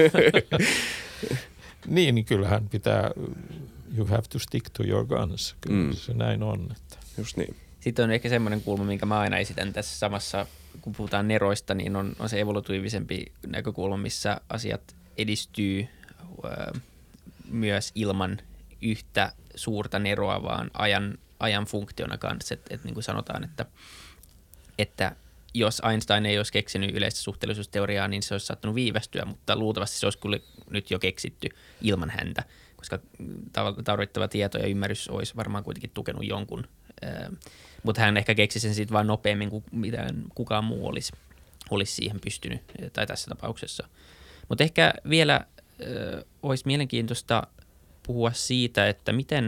Niin, niin kyllähän pitää... You have to stick to your guns. Kyllä mm. se näin on. Että. Just niin. sitten on ehkä semmoinen kulma, minkä mä aina esitän tässä samassa, kun puhutaan neroista, niin on, on se evolutiivisempi näkökulma, missä asiat edistyy öö, myös ilman yhtä suurta neroa, vaan ajan, ajan funktiona kanssa. Että et niin kuin sanotaan, että, että jos Einstein ei olisi keksinyt yleistä suhteellisuusteoriaa, niin se olisi saattanut viivästyä, mutta luultavasti se olisi kyllä nyt jo keksitty ilman häntä, koska tarvittava tieto ja ymmärrys olisi varmaan kuitenkin tukenut jonkun. Mutta hän ehkä keksi sen sitten vaan nopeammin kuin mitään kukaan muu olisi, olisi siihen pystynyt, tai tässä tapauksessa. Mutta ehkä vielä äh, olisi mielenkiintoista puhua siitä, että miten,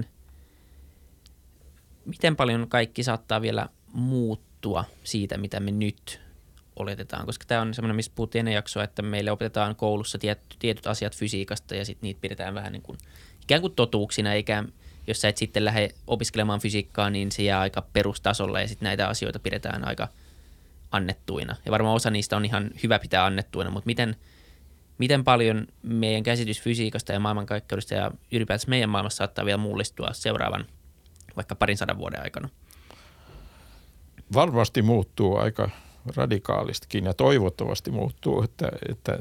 miten paljon kaikki saattaa vielä muuttua siitä, mitä me nyt oletetaan. Koska tämä on semmoinen, missä puhuttiin ennen jaksoa, että meille opetetaan koulussa tiet, tietyt asiat fysiikasta ja sitten niitä pidetään vähän niin kuin ikään kuin totuuksina, eikä jos sä et sitten lähde opiskelemaan fysiikkaa, niin se jää aika perustasolla ja sitten näitä asioita pidetään aika annettuina. Ja varmaan osa niistä on ihan hyvä pitää annettuina, mutta miten, miten paljon meidän käsitys fysiikasta ja maailmankaikkeudesta ja ylipäätään meidän maailmassa saattaa vielä mullistua seuraavan vaikka parin sadan vuoden aikana? Varmasti muuttuu aika radikaalistikin ja toivottavasti muuttuu, että, että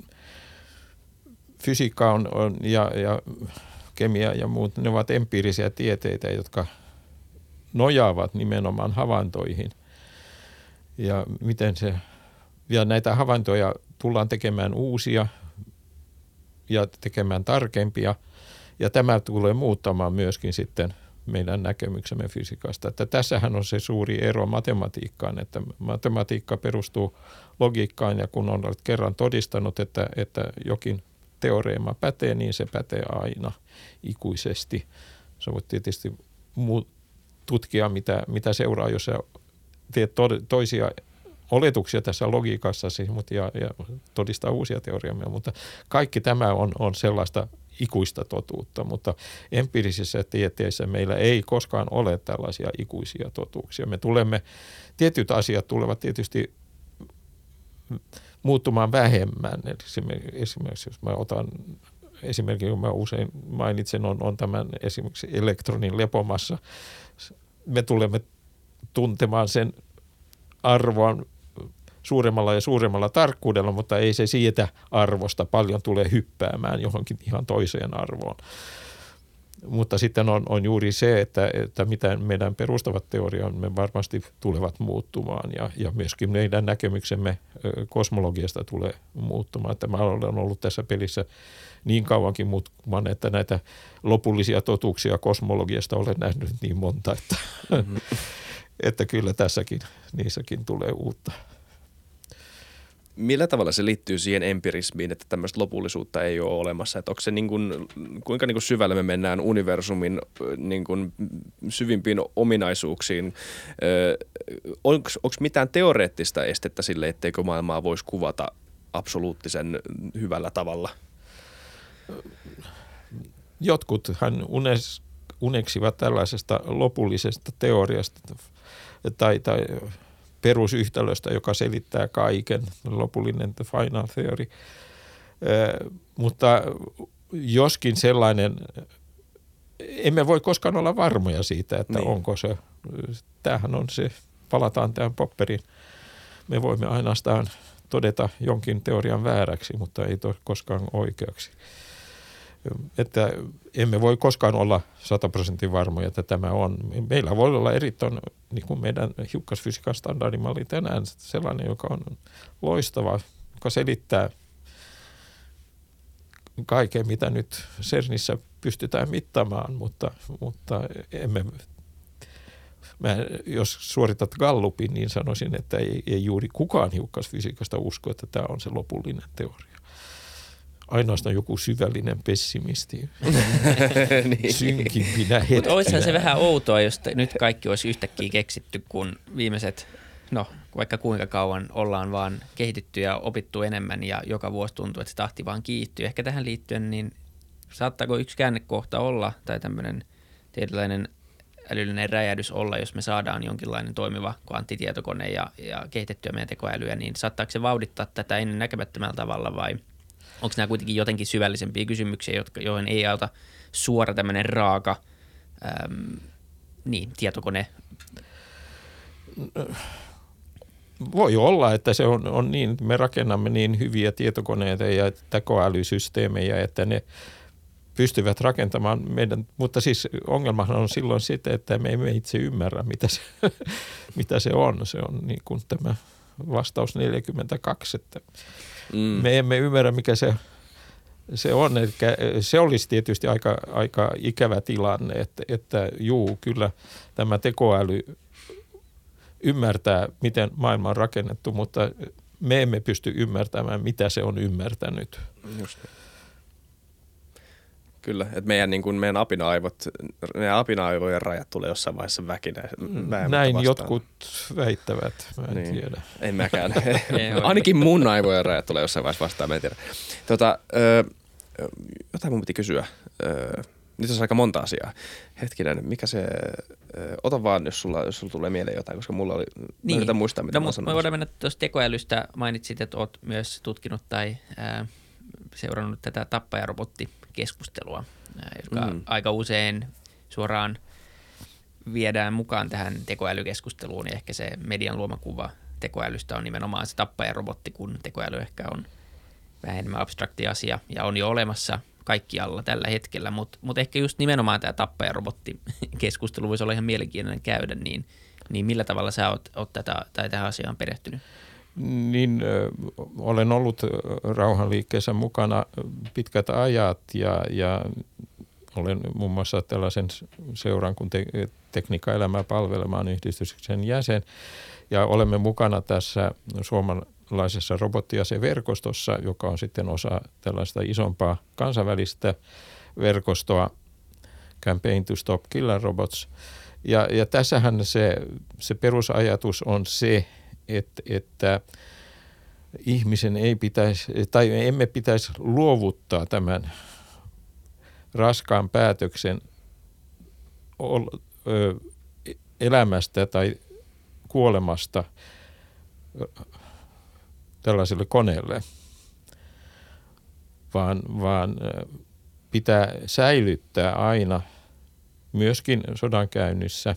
fysiikka on, on ja, ja kemia ja muut, ne ovat empiirisiä tieteitä, jotka nojaavat nimenomaan havaintoihin. Ja miten se, ja näitä havaintoja tullaan tekemään uusia ja tekemään tarkempia. Ja tämä tulee muuttamaan myöskin sitten meidän näkemyksemme fysiikasta. Että tässähän on se suuri ero matematiikkaan, että matematiikka perustuu logiikkaan ja kun on kerran todistanut, että, että jokin teoreema pätee, niin se pätee aina ikuisesti. Sä voit tietysti tutkia, mitä, mitä seuraa, jos sä teet toisia oletuksia tässä logiikassa mutta ja, ja todistaa uusia teoriamia, mutta kaikki tämä on, on sellaista ikuista totuutta, mutta empiirisissä tieteissä meillä ei koskaan ole tällaisia ikuisia totuuksia. Me tulemme, tietyt asiat tulevat tietysti muuttumaan vähemmän. Esimerkiksi jos mä otan esimerkiksi, kun mä usein mainitsen, on, on tämän esimerkiksi elektronin lepomassa. Me tulemme tuntemaan sen arvon suuremmalla ja suuremmalla tarkkuudella, mutta ei se siitä arvosta paljon tule hyppäämään johonkin ihan toiseen arvoon. Mutta sitten on, on juuri se, että, että mitä meidän perustavat teoriamme varmasti tulevat muuttumaan ja, ja myöskin meidän näkemyksemme kosmologiasta tulee muuttumaan. Että mä olen ollut tässä pelissä niin kauankin muuttumaan, että näitä lopullisia totuuksia kosmologiasta olen nähnyt niin monta, että, mm-hmm. että kyllä tässäkin, niissäkin tulee uutta. Millä tavalla se liittyy siihen empirismiin, että tämmöistä lopullisuutta ei ole olemassa? Että onko se niin kuin, kuinka niin kuin syvälle me mennään universumin niin kuin syvimpiin ominaisuuksiin? Onko mitään teoreettista estettä sille, etteikö maailmaa voisi kuvata absoluuttisen hyvällä tavalla? Jotkuthan unes, uneksivat tällaisesta lopullisesta teoriasta tai... tai perusyhtälöstä, joka selittää kaiken, lopullinen the final theory. Eh, mutta joskin sellainen, emme voi koskaan olla varmoja siitä, että niin. onko se, tämähän on se, palataan tähän Popperiin. Me voimme ainoastaan todeta jonkin teorian vääräksi, mutta ei to, koskaan oikeaksi. Että emme voi koskaan olla sata prosentin varmoja, että tämä on. Meillä voi olla erittäin, niin kuin meidän hiukkasfysiikan standardimalli tänään, sellainen, joka on loistava, joka selittää kaiken, mitä nyt CERNissä pystytään mittaamaan, mutta, mutta emme, mä, jos suoritat gallupin, niin sanoisin, että ei, ei juuri kukaan hiukkasfysiikasta usko, että tämä on se lopullinen teoria. Ainoastaan joku syvällinen pessimisti niin. synkimpinä hetkinä. Mutta olisihan se vähän outoa, jos nyt kaikki olisi yhtäkkiä keksitty, kun viimeiset, no vaikka kuinka kauan ollaan vaan kehitytty ja opittu enemmän ja joka vuosi tuntuu, että se tahti vaan kiihtyy. Ehkä tähän liittyen, niin saattaako yksi käännekohta olla tai tämmöinen tietynlainen älyllinen räjähdys olla, jos me saadaan jonkinlainen toimiva kvanttitietokone ja, ja kehitettyä meidän tekoälyä, niin saattaako se vauhdittaa tätä ennen näkemättömällä tavalla vai... Onko nämä kuitenkin jotenkin syvällisempiä kysymyksiä, jotka, joihin ei auta suora tämmöinen raaka äm, niin, tietokone voi olla, että se on, on niin, että me rakennamme niin hyviä tietokoneita ja tekoälysysteemejä, että ne pystyvät rakentamaan meidän, mutta siis ongelmahan on silloin sitä, että me emme itse ymmärrä, mitä se, mitä se on. Se on niin kuin tämä vastaus neljäkymmentäkaksi, että mm. me emme ymmärrä, mikä se, se on. Eli se olisi tietysti aika, aika ikävä tilanne, että, että juu, kyllä tämä tekoäly ymmärtää, miten maailma on rakennettu, mutta me emme pysty ymmärtämään, mitä se on ymmärtänyt. Just niin. Kyllä, että meidän, niin kuin meidän apina-aivot, meidän apina-aivojen rajat tulee jossain vaiheessa väkinä. Näin vastaan. Jotkut väittävät, mä en niin. tiedä. En mäkään. Ainakin mun aivojen rajat tulee jossain vaiheessa vastaan, mä en tiedä. Tota, ö, jotain mun piti kysyä. Ö, nyt on aika monta asiaa. Hetkinen, mikä se, ö, ota vaan, jos sulla, jos sulla tulee mieleen jotain, koska mulla oli, niin. mä yritän muistaa, mitä no, mä sanoin. Me voidaan mennä tuosta tekoälystä, mainitsit, että oot myös tutkinut tai ää, seurannut tätä tappajarobottikeskustelua, joka mm. aika usein suoraan viedään mukaan tähän tekoälykeskusteluun, ja ehkä se median luoma kuva tekoälystä on nimenomaan se tappajarobotti, kun tekoäly ehkä on vähän enemmän abstrakti asia ja on jo olemassa kaikkialla tällä hetkellä, mutta mut ehkä just nimenomaan tämä tappajarobottikeskustelu voisi olla ihan mielenkiintoinen käydä, niin, niin millä tavalla sä oot, oot tätä, tai tähän asiaan perehtynyt? Niin ö, olen ollut rauhanliikkeessä mukana pitkät ajat ja, ja olen muun muassa tällaisen seuran kuin te, Tekniikka-elämää palvelemaan yhdistyksen jäsen ja olemme mukana tässä suomalaisessa robottiaseverkostossa, joka on sitten osa tällaista isompaa kansainvälistä verkostoa Campaign to Stop Killer Robots. Ja, ja tässähän se, se perusajatus on se, Että, että ihmisen ei pitäisi, tai emme pitäisi luovuttaa tämän raskaan päätöksen elämästä tai kuolemasta tällaiselle koneelle, vaan, vaan pitää säilyttää aina myöskin sodankäynnissä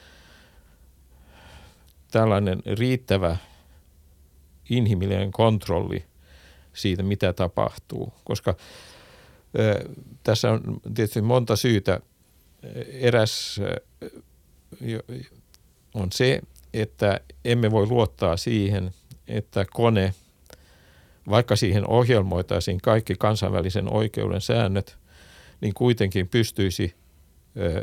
tällainen riittävä inhimillinen kontrolli siitä, mitä tapahtuu, koska ö, tässä on tietysti monta syytä. Eräs ö, on se, että emme voi luottaa siihen, että kone, vaikka siihen ohjelmoitaisiin kaikki kansainvälisen oikeuden säännöt, niin kuitenkin pystyisi ö,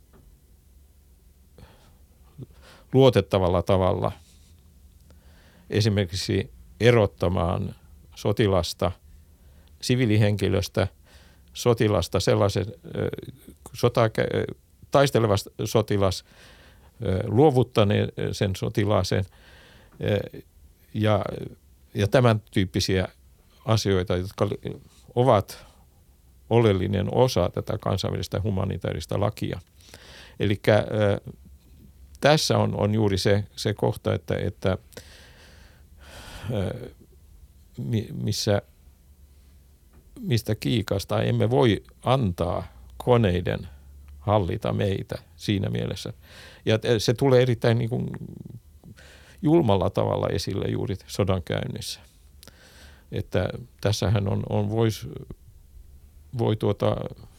luotettavalla tavalla esimerkiksi erottamaan sotilasta, siviilihenkilöstä, sotilasta, sellaisen sota, taisteleva sotilas, luovuttaneen sen sotilaaseen ja, ja tämän tyyppisiä asioita, jotka ovat oleellinen osa tätä kansainvälistä humanitaarista lakia. Eli tässä on, on juuri se, se kohta, että, että missä, mistä kiikasta emme voi antaa koneiden hallita meitä siinä mielessä. Ja se tulee erittäin niin kuin julmalla tavalla esille juuri sodankäynnissä. Että tässähän on, on vois, voi tuota,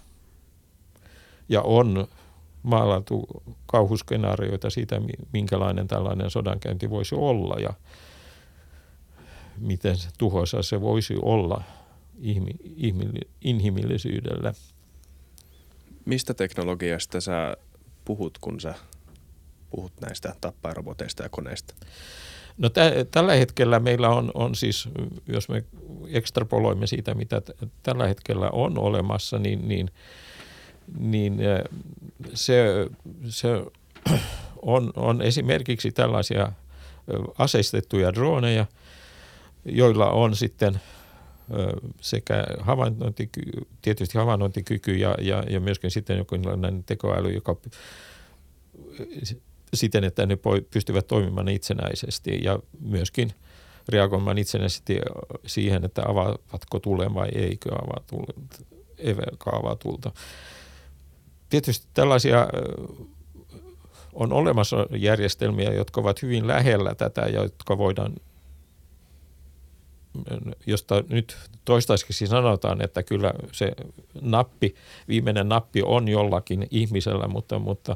ja on maalattu kauhuskenaarioita siitä, minkälainen tällainen sodankäynti voisi olla ja miten tuhoisa se voisi olla inhimillisyydelle. Mistä teknologiasta sä puhut, kun sä puhut näistä tappajaroboteista ja koneista? No tä- tällä hetkellä meillä on, on siis, jos me ekstrapoloimme siitä, mitä t- tällä hetkellä on olemassa, niin, niin, niin se, se on, on esimerkiksi tällaisia aseistettuja droneja, joilla on sitten sekä havainnointikyky, tietysti havainnointikyky ja, ja, ja myöskin sitten jokinlainen tekoäly, joka siten, että ne pystyvät toimimaan itsenäisesti ja myöskin reagoimaan itsenäisesti siihen, että avaavatko tulen vai eikö avaa tulen, eikä avaa tulta. Tietysti tällaisia on olemassa järjestelmiä, jotka ovat hyvin lähellä tätä ja jotka voidaan, josta nyt toistaiseksi sanotaan, että kyllä se nappi, viimeinen nappi on jollakin ihmisellä, mutta, mutta,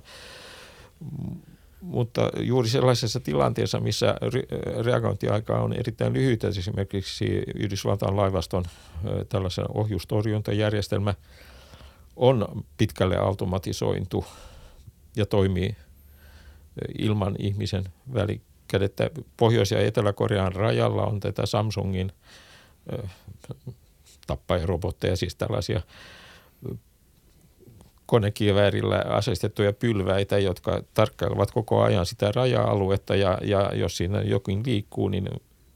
mutta juuri sellaisessa tilanteessa, missä reagointiaika on erittäin lyhyt, esimerkiksi Yhdysvaltain laivaston tällaisen ohjustorjuntajärjestelmä on pitkälle automatisointu ja toimii ilman ihmisen välikädettä. Pohjois- ja Etelä-Korean rajalla on tätä Samsungin tappajarobotteja, siis tällaisia konekiväärillä aseistettuja pylväitä, jotka tarkkailevat koko ajan sitä raja-aluetta ja, ja jos siinä jokin liikkuu, niin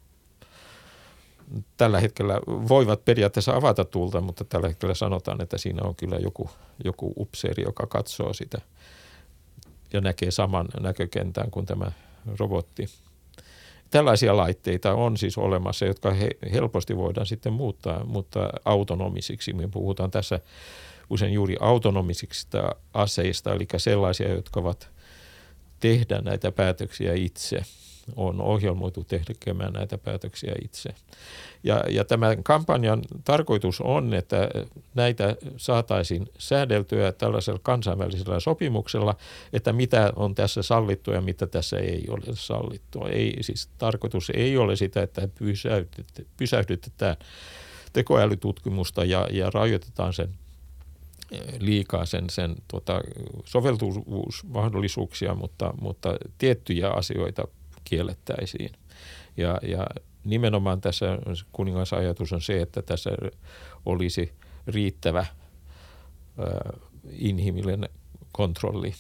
tällä hetkellä voivat periaatteessa avata tulta, mutta tällä hetkellä sanotaan, että siinä on kyllä joku, joku upseeri, joka katsoo sitä ja näkee saman näkökentän kuin tämä robotti. Tällaisia laitteita on siis olemassa, jotka he, helposti voidaan sitten muuttaa, mutta autonomisiksi. Me puhutaan tässä usein juuri autonomisista aseista, eli sellaisia, jotka ovat tehdä näitä päätöksiä itse. On ohjelmoitu tekemään näitä päätöksiä itse. Ja, ja tämän kampanjan tarkoitus on, että näitä saataisiin säädeltyä tällaisella kansainvälisellä sopimuksella, että mitä on tässä sallittua ja mitä tässä ei ole sallittua. Ei, siis tarkoitus ei ole sitä, että pysäytetään tekoälytutkimusta ja, ja rajoitetaan sen liikaa sen, sen tuota, soveltuvuusmahdollisuuksia, mutta, mutta tiettyjä asioita kiellettäisiin. Ja, ja nimenomaan tässä kuningasajatus on se, että tässä olisi riittävä ö, inhimillinen kontrolli.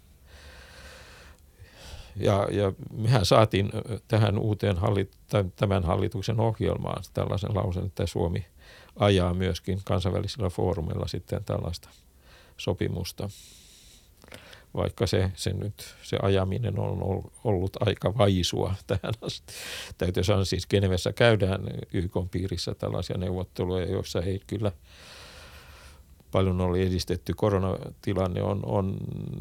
Ja, ja mehän saatiin tähän uuteen hallit, tämän hallituksen ohjelmaan tällaisen lausen, että Suomi ajaa myöskin kansainvälisellä foorumilla sitten tällaista sopimusta. Vaikka se, se nyt, se ajaminen on ollut aika vaisua tähän asti. Täytyy sanoa, siis Genevessä käydään Y K:n piirissä tällaisia neuvotteluja, joissa ei kyllä paljon ole edistetty. Koronatilanne on, on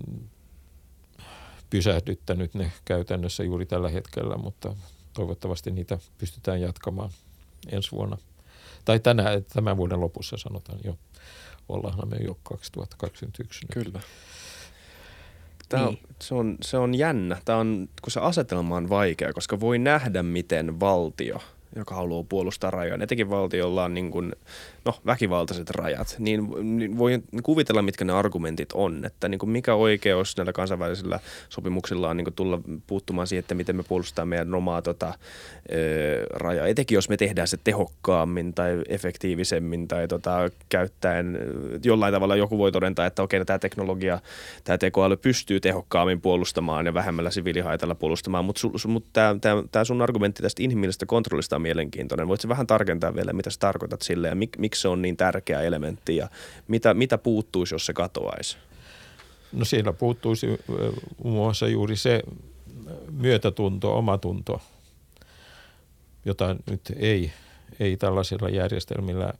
pysähdyttänyt ne käytännössä juuri tällä hetkellä, mutta toivottavasti niitä pystytään jatkamaan ensi vuonna. Tai tänä, tämän vuoden lopussa sanotaan jo. Ollaanhan me jo kaksituhattakaksikymmentäyksi. Kyllä. Tämä on, niin. se, on, se on jännä. Tämä on, kun se asetelma on vaikea, koska voi nähdä, miten valtio, joka haluaa puolustaa rajoja, etenkin valtiolla on niin kuin, no, väkivaltaiset rajat, niin, niin voi kuvitella, mitkä ne argumentit on, että niin kuin mikä oikeus näillä kansainvälisillä sopimuksilla on niin kuin tulla puuttumaan siihen, että miten me puolustetaan meidän omaa tota, ö, rajaa, etenkin jos me tehdään se tehokkaammin tai efektiivisemmin tai tota, käyttäen jollain tavalla joku voi todentaa, että okei, tämä teknologia, tämä tekoäly pystyy tehokkaammin puolustamaan ja vähemmällä siviilihaitalla puolustamaan, mutta mut tämä sun argumentti tästä inhimillisestä kontrollista on mielenkiintoinen. Voitko vähän tarkentaa vielä, mitä sä tarkoitat sille ja mik, miksi se on niin tärkeä elementti ja mitä, mitä puuttuisi, jos se katoaisi? No siellä puuttuisi muun muassa juuri se myötätunto, omatunto, jota nyt ei, ei tällaisilla järjestelmillä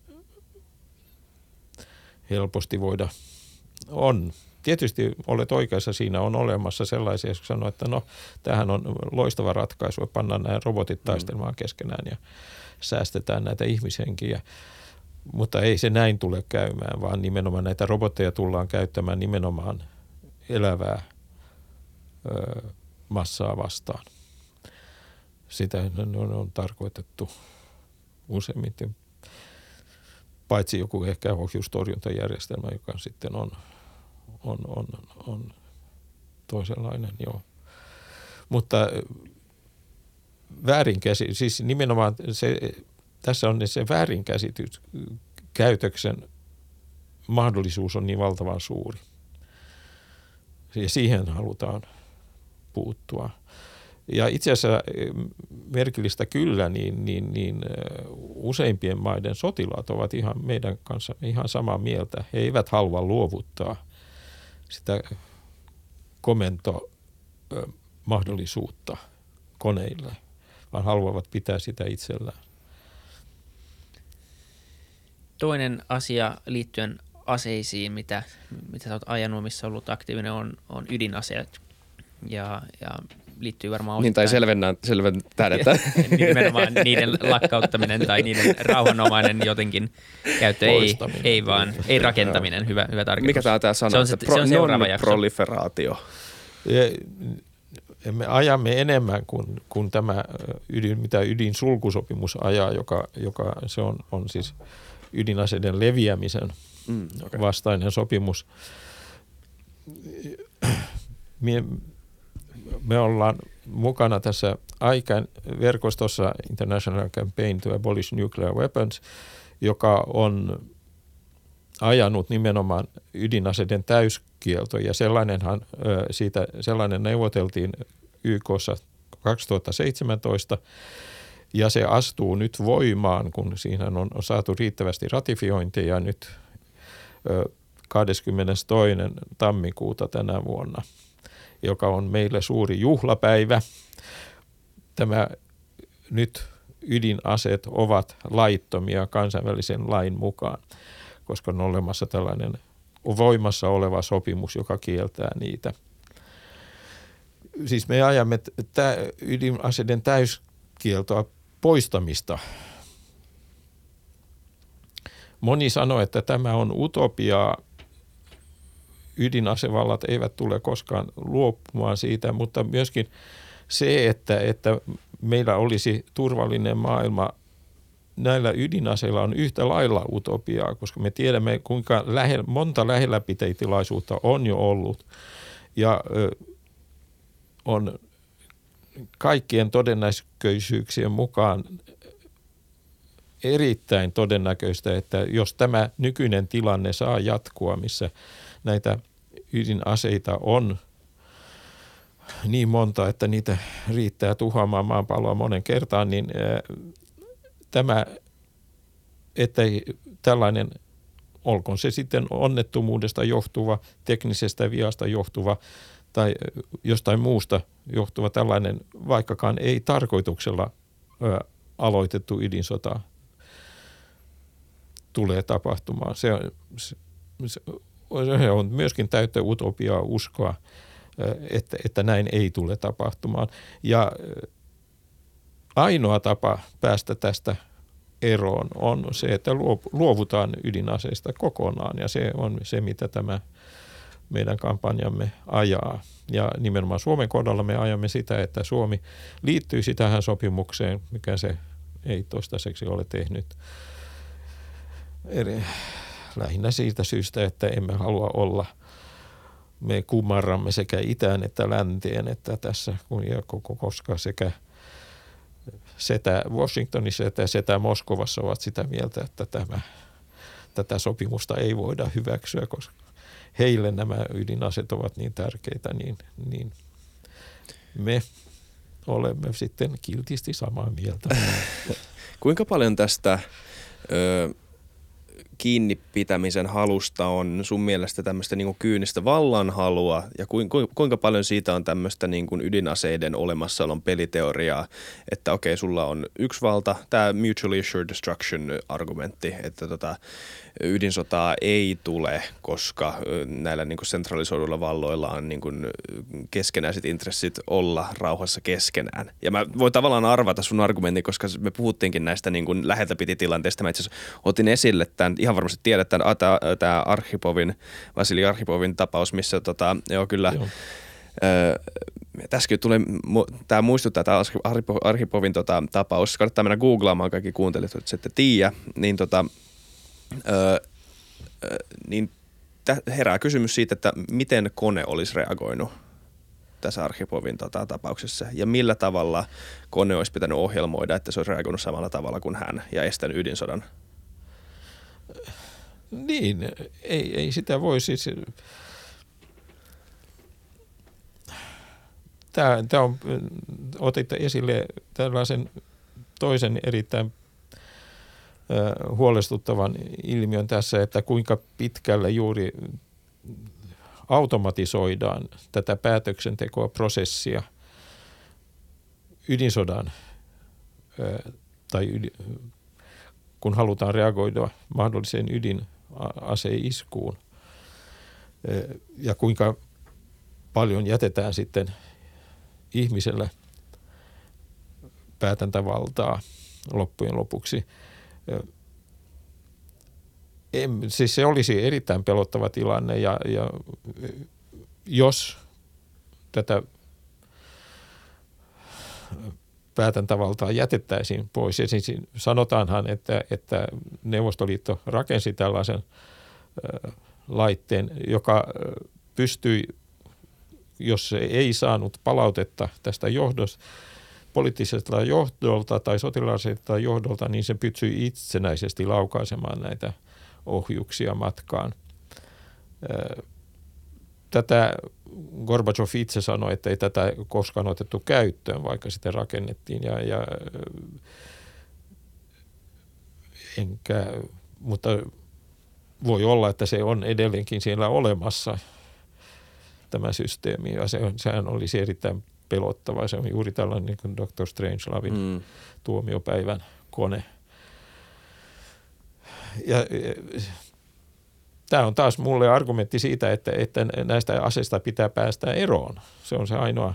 helposti voida. On. Tietysti olet oikeassa, siinä on olemassa sellaisia, jotka sanoo, että no, tämähän on loistava ratkaisu, että pannaan nämä robotit taistelemaan keskenään ja säästetään näitä ihmishenkiä. Mutta ei se näin tule käymään, vaan nimenomaan näitä robotteja tullaan käyttämään nimenomaan elävää ö, massaa vastaan. Sitä on, on tarkoitettu useimmiten, paitsi joku ehkä ohjustorjuntajärjestelmä, joka sitten on On, on, on toisenlainen, joo. Mutta väärinkäsitys, siis nimenomaan se, tässä on se väärinkäsitys, käytöksen mahdollisuus on niin valtavan suuri. Ja siihen halutaan puuttua. Ja itse asiassa merkillistä kyllä, niin, niin, niin useimpien maiden sotilaat ovat ihan meidän kanssa ihan samaa mieltä. He eivät halua luovuttaa sitä komentomahdollisuutta koneille, vaan haluavat pitää sitä itsellään. Toinen asia liittyen aseisiin, mitä, mitä sä oot ajanut, missä ollut aktiivinen, on, on ydinaseet. ja, ja liittyy varmaan niin, tai selvennään, selvennään että nimenomaan niiden lakkauttaminen tai niiden rauhanomainen jotenkin käyttö, ei, ei vaan, ei rakentaminen, hyvä, hyvä tarkoitus. Mikä tämä, tämä sana, se on, se, pro, se on seuraava jakso. Non-proliferaatio. Me ajamme enemmän kuin, kuin tämä ydin, mitä ydinsulkusopimus ajaa, joka, joka se on, on siis ydinaseiden leviämisen mm, okay. vastainen sopimus. Me, me ollaan mukana tässä I C A N-verkostossa International Campaign to Abolish Nuclear Weapons, joka on ajanut nimenomaan ydinaseiden täyskielto, ja sellainenhan siitä, sellainen neuvoteltiin Y K:ssa kaksituhattaseitsemäntoista, ja se astuu nyt voimaan, kun siinä on saatu riittävästi ratifiointeja nyt kahdeskymmenestoinen tammikuuta tänä vuonna, joka on meille suuri juhlapäivä. Tämä nyt ydinaseet ovat laittomia kansainvälisen lain mukaan, koska on olemassa tällainen voimassa oleva sopimus, joka kieltää niitä. Siis me ajamme tä- ydinaseiden täyskieltoa poistamista. Moni sanoo, että tämä on utopiaa. Ydinasevallat eivät tule koskaan luopumaan siitä, mutta myöskin se, että, että meillä olisi turvallinen maailma näillä ydinaseilla on yhtä lailla utopiaa, koska me tiedämme, kuinka lähe, monta lähelläpitetilaisuutta on jo ollut. Ja ö, on kaikkien todennäköisyyksien mukaan erittäin todennäköistä, että jos tämä nykyinen tilanne saa jatkua, missä näitä ydinaseita on niin monta, että niitä riittää tuhoamaan maapalloa monen kertaan, niin tämä, että tällainen, olkoon se sitten onnettomuudesta johtuva, teknisestä viasta johtuva tai jostain muusta johtuva tällainen, vaikkakaan ei tarkoituksella ö, aloitettu ydinsota tulee tapahtumaan. Se on, se, se on myöskin täyttä utopiaa uskoa, että, että näin ei tule tapahtumaan. Ja ainoa tapa päästä tästä eroon on se, että luovutaan ydinaseista kokonaan, ja se on se, mitä tämä meidän kampanjamme ajaa. Ja nimenomaan Suomen kohdalla me ajamme sitä, että Suomi liittyisi tähän sopimukseen, mikä se ei toistaiseksi ole tehnyt. Eli lähinnä siitä syystä, että emme halua olla, me kumarramme sekä itään että länteen, että tässä, koska sekä setä Washingtonissa että setä Moskovassa ovat sitä mieltä, että tämä, tätä sopimusta ei voida hyväksyä, koska heille nämä ydinaseet ovat niin tärkeitä, niin, niin me olemme sitten kiltisti samaa mieltä. Kuinka paljon tästä ö, kiinni pitämisen halusta on sun mielestä tämmöistä niin kuin kyynistä vallanhalua, ja kuinka paljon siitä on tämmöistä niin kuin ydinaseiden olemassaolon peliteoriaa, että okei, sulla on yksi valta, tämä mutually assured destruction argumentti, että tota, ydinsotaa ei tule, koska näillä niin kuin sentralisoiduilla valloilla on niin kuin keskenäiset intressit olla rauhassa keskenään. Ja mä voin tavallaan arvata sun argumentin, koska me puhuttiinkin näistä niin kuin läheltä piti tilanteesta. Mä itse asiassa otin esille tämän, ihan varmasti tiedät tämän, tämä Arhipovin, Vasili Arhipovin tapaus, missä tota, joo kyllä, joo. Öö, tässäkin tulee, tämä muistuttaa, tämä Arhipovin tota, tapaus, kannattaa mennä googlaamaan kaikki kuuntelijat, että ette tiedä, niin tota, Öö, öö, niin herää kysymys siitä, että miten kone olisi reagoinut tässä Arhipovin tota, tapauksessa ja millä tavalla kone olisi pitänyt ohjelmoida, että se olisi reagoinut samalla tavalla kuin hän ja estänyt ydinsodan. Niin, ei, ei sitä voi siis. Tämä, tämä on, otitte esille tällaisen toisen erittäin huolestuttavan ilmiön tässä, että kuinka pitkälle juuri automatisoidaan tätä päätöksentekoa, prosessia ydinsodan tai ydin, kun halutaan reagoida mahdolliseen ydinaseiskuun ja kuinka paljon jätetään sitten ihmiselle päätäntävaltaa loppujen lopuksi. En, siis se olisi erittäin pelottava tilanne ja, ja jos tätä päätäntävaltaa jätettäisiin pois. Ja siis sanotaanhan, että, että Neuvostoliitto rakensi tällaisen äh, laitteen, joka pystyi, jos se ei saanut palautetta tästä johdosta, poliittisesta johdolta tai sotilaalliselta johdolta, niin se pystyi itsenäisesti laukaisemaan näitä ohjuksia matkaan. Tätä Gorbačov itse sanoi, että ei tätä koskaan otettu käyttöön, vaikka sitä rakennettiin. Ja, ja, enkä, mutta voi olla, että se on edelleenkin siellä olemassa, tämä systeemi. Ja se, sehän olisi erittäin pelottava. Se on juuri tällainen niin kuin doktor Strangelovin mm. tuomiopäivän kone. Ja, tämä on taas mulle argumentti siitä, että, että näistä aseista pitää päästä eroon. Se on se ainoa,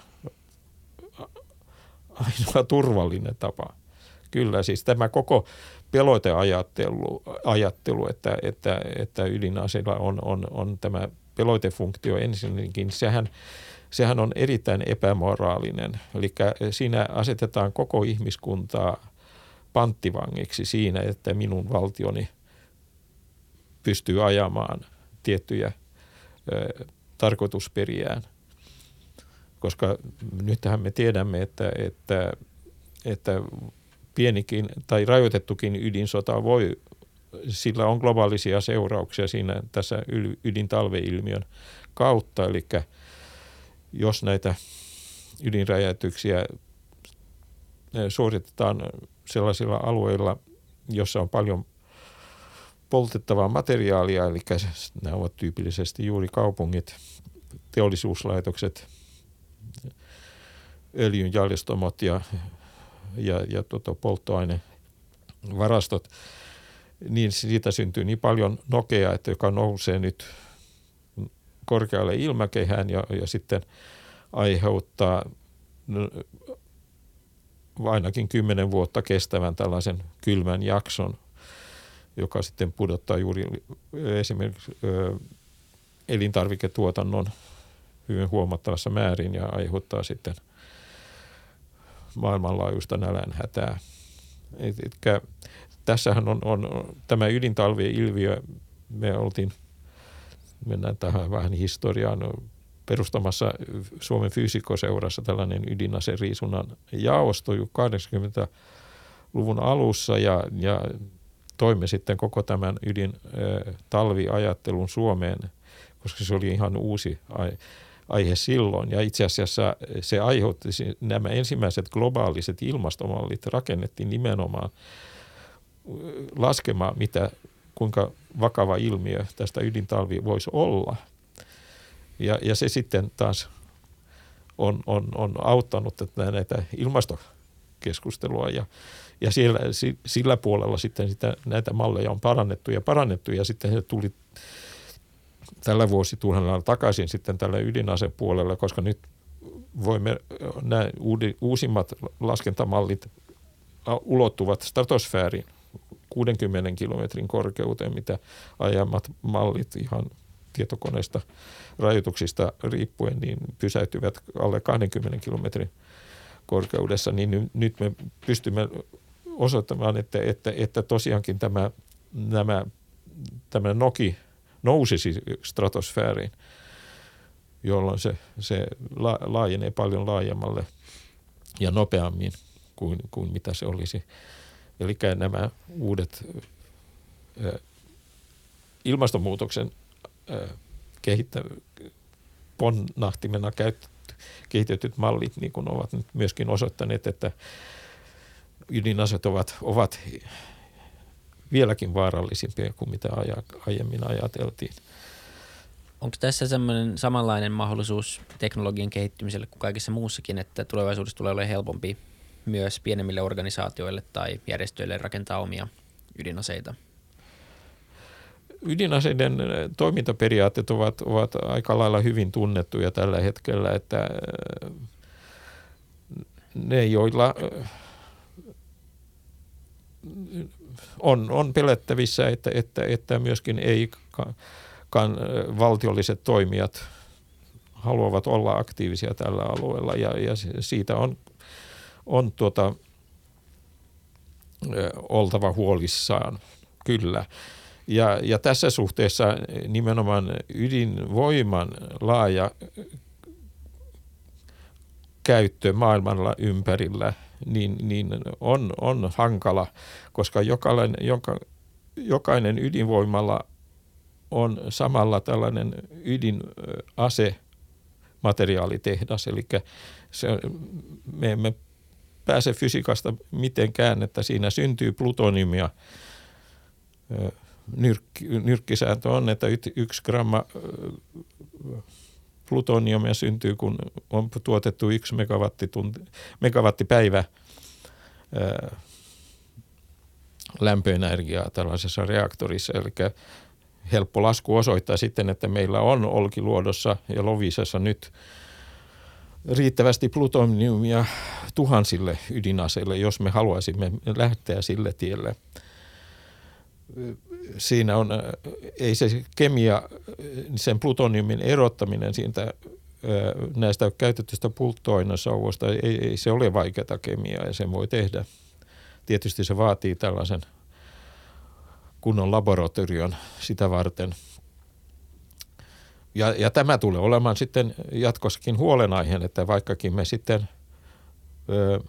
ainoa turvallinen tapa. Kyllä, siis tämä koko peloteajattelu, ajattelu, että, että, että ydinaseilla on, on, on tämä pelotefunktio ensinnäkin, sehän, sehän on erittäin epämoraalinen. Eli siinä asetetaan koko ihmiskuntaa panttivangiksi siinä, että minun valtioni pystyy ajamaan tiettyjä ö, tarkoitusperiään. Koska nythän me tiedämme, että, että, että pienikin tai rajoitettukin ydinsota voi, sillä on globaalisia seurauksia siinä tässä ydintalveilmiön kautta. Eli jos näitä ydinräjäytyksiä suoritetaan sellaisilla alueilla, jossa on paljon poltettavaa materiaalia, eli nämä ovat tyypillisesti juuri kaupungit, teollisuuslaitokset, öljynjalostamot ja, ja, ja tuota, polttoainevarastot, niin siitä syntyy niin paljon nokea, että joka nousee nyt korkealle ilmakehään ja, ja sitten aiheuttaa ainakin kymmenen vuotta kestävän tällaisen kylmän jakson, joka sitten pudottaa juuri esimerkiksi elintarviketuotannon hyvin huomattavassa määrin ja aiheuttaa sitten maailmanlaajuista nälänhätää. Etkä, tässähän on, on tämä ydintalvi-ilmiö, me oltiin, mennään tähän vähän historiaan, perustamassa Suomen fyysikkoseurassa tällainen ydinaseriisunnan jaosto kahdeksankymmentäluvun alussa ja, ja toimme sitten koko tämän ydintalviajattelun Suomeen, koska se oli ihan uusi aihe silloin. Ja itse asiassa se aiheutti, nämä ensimmäiset globaaliset ilmastomallit rakennettiin nimenomaan laskemaan, mitä, kuinka vakava ilmiö tästä ydintalvi voisi olla. Ja, ja se sitten taas on, on, on auttanut että näitä ilmastokeskustelua ja, ja siellä, sillä puolella sitten sitä, näitä malleja on parannettu ja parannettu ja sitten se tuli tällä vuosituhannella takaisin sitten tällä ydinasepuolella, koska nyt voimme, nämä uusimmat laskentamallit ulottuvat stratosfääriin kuudenkymmenen kilometrin korkeuteen, mitä aiemmat mallit ihan tietokoneista rajoituksista riippuen niin pysäytyvät alle kaksikymmentä kilometrin korkeudessa, niin nyt me pystymme osoittamaan, että, että, että tosiaankin tämä, nämä, tämä noki nousisi stratosfääriin, jolloin se, se laajenee paljon laajemmalle ja nopeammin kuin, kuin mitä se olisi. Eli nämä uudet ä, ilmastonmuutoksen ä, kehittä, ponnahtimena käyt, kehitetyt mallit niin kuin ovat nyt myöskin osoittaneet, että ydinaseet ovat, ovat vieläkin vaarallisimpia kuin mitä aiemmin ajateltiin. Onko tässä semmoinen samanlainen mahdollisuus teknologian kehittymiselle kuin kaikissa muussakin, että tulevaisuudessa tulee olemaan helpompi myös pienemmille organisaatioille tai järjestöille rakentaa omia ydinaseita? Ydinaseiden toimintaperiaatteet ovat, ovat aika lailla hyvin tunnettuja tällä hetkellä, että ne, joilla on, on pelättävissä, että, että, että myöskin ei kan, valtiolliset toimijat haluavat olla aktiivisia tällä alueella ja, ja siitä on, on tuota, oltava huolissaan, kyllä. Ja, ja tässä suhteessa nimenomaan ydinvoiman laaja käyttö maailmalla ympärillä niin, niin on, on hankala, koska jokainen, joka, jokainen ydinvoimalla on samalla tällainen ydinasemateriaalitehdas, eli se, me emme pääse fysiikasta mitenkään, että siinä syntyy plutoniumia. Nyrkki, nyrkkisääntö on, että yksi gramma plutoniumia syntyy, kun on tuotettu yksi megawattitunti, megawattipäivä ää, lämpöenergiaa tällaisessa reaktorissa. Eli helppo lasku osoittaa sitten, että meillä on Olkiluodossa ja Loviisassa nyt riittävästi plutoniumia tuhansille ydinaseille, jos me haluaisimme lähteä sille tielle. Siinä on, ei se kemia, sen plutoniumin erottaminen siitä näistä käytetystä polttoainesauvoista, ei, ei se ole vaikeaa kemiaa ja sen voi tehdä. Tietysti se vaatii tällaisen kunnon laboratorion sitä varten. Ja, ja tämä tulee olemaan sitten jatkossakin huolenaiheen, että vaikkakin me sitten ö,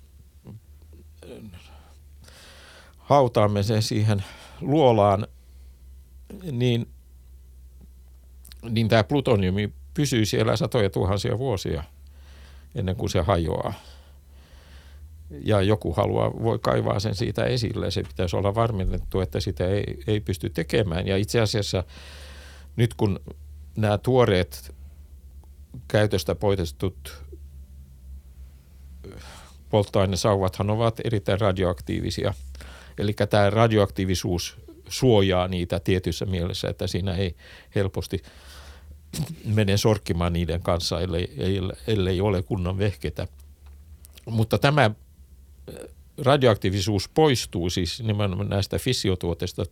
hautaamme sen siihen luolaan, niin, niin tämä plutoniumi pysyy siellä satoja tuhansia vuosia ennen kuin se hajoaa. Ja joku haluaa, voi kaivaa sen siitä esille. Se pitäisi olla varmennettu, että sitä ei, ei pysty tekemään. Ja itse asiassa nyt kun nämä tuoreet käytöstä poistetut polttoainesauvathan ovat erittäin radioaktiivisia. Eli tämä radioaktiivisuus suojaa niitä tietyssä mielessä, että siinä ei helposti mene sorkkimaan niiden kanssa, ellei, ellei ole kunnon vehketä. Mutta tämä radioaktiivisuus poistuu siis nimenomaan näistä fissiotuotteista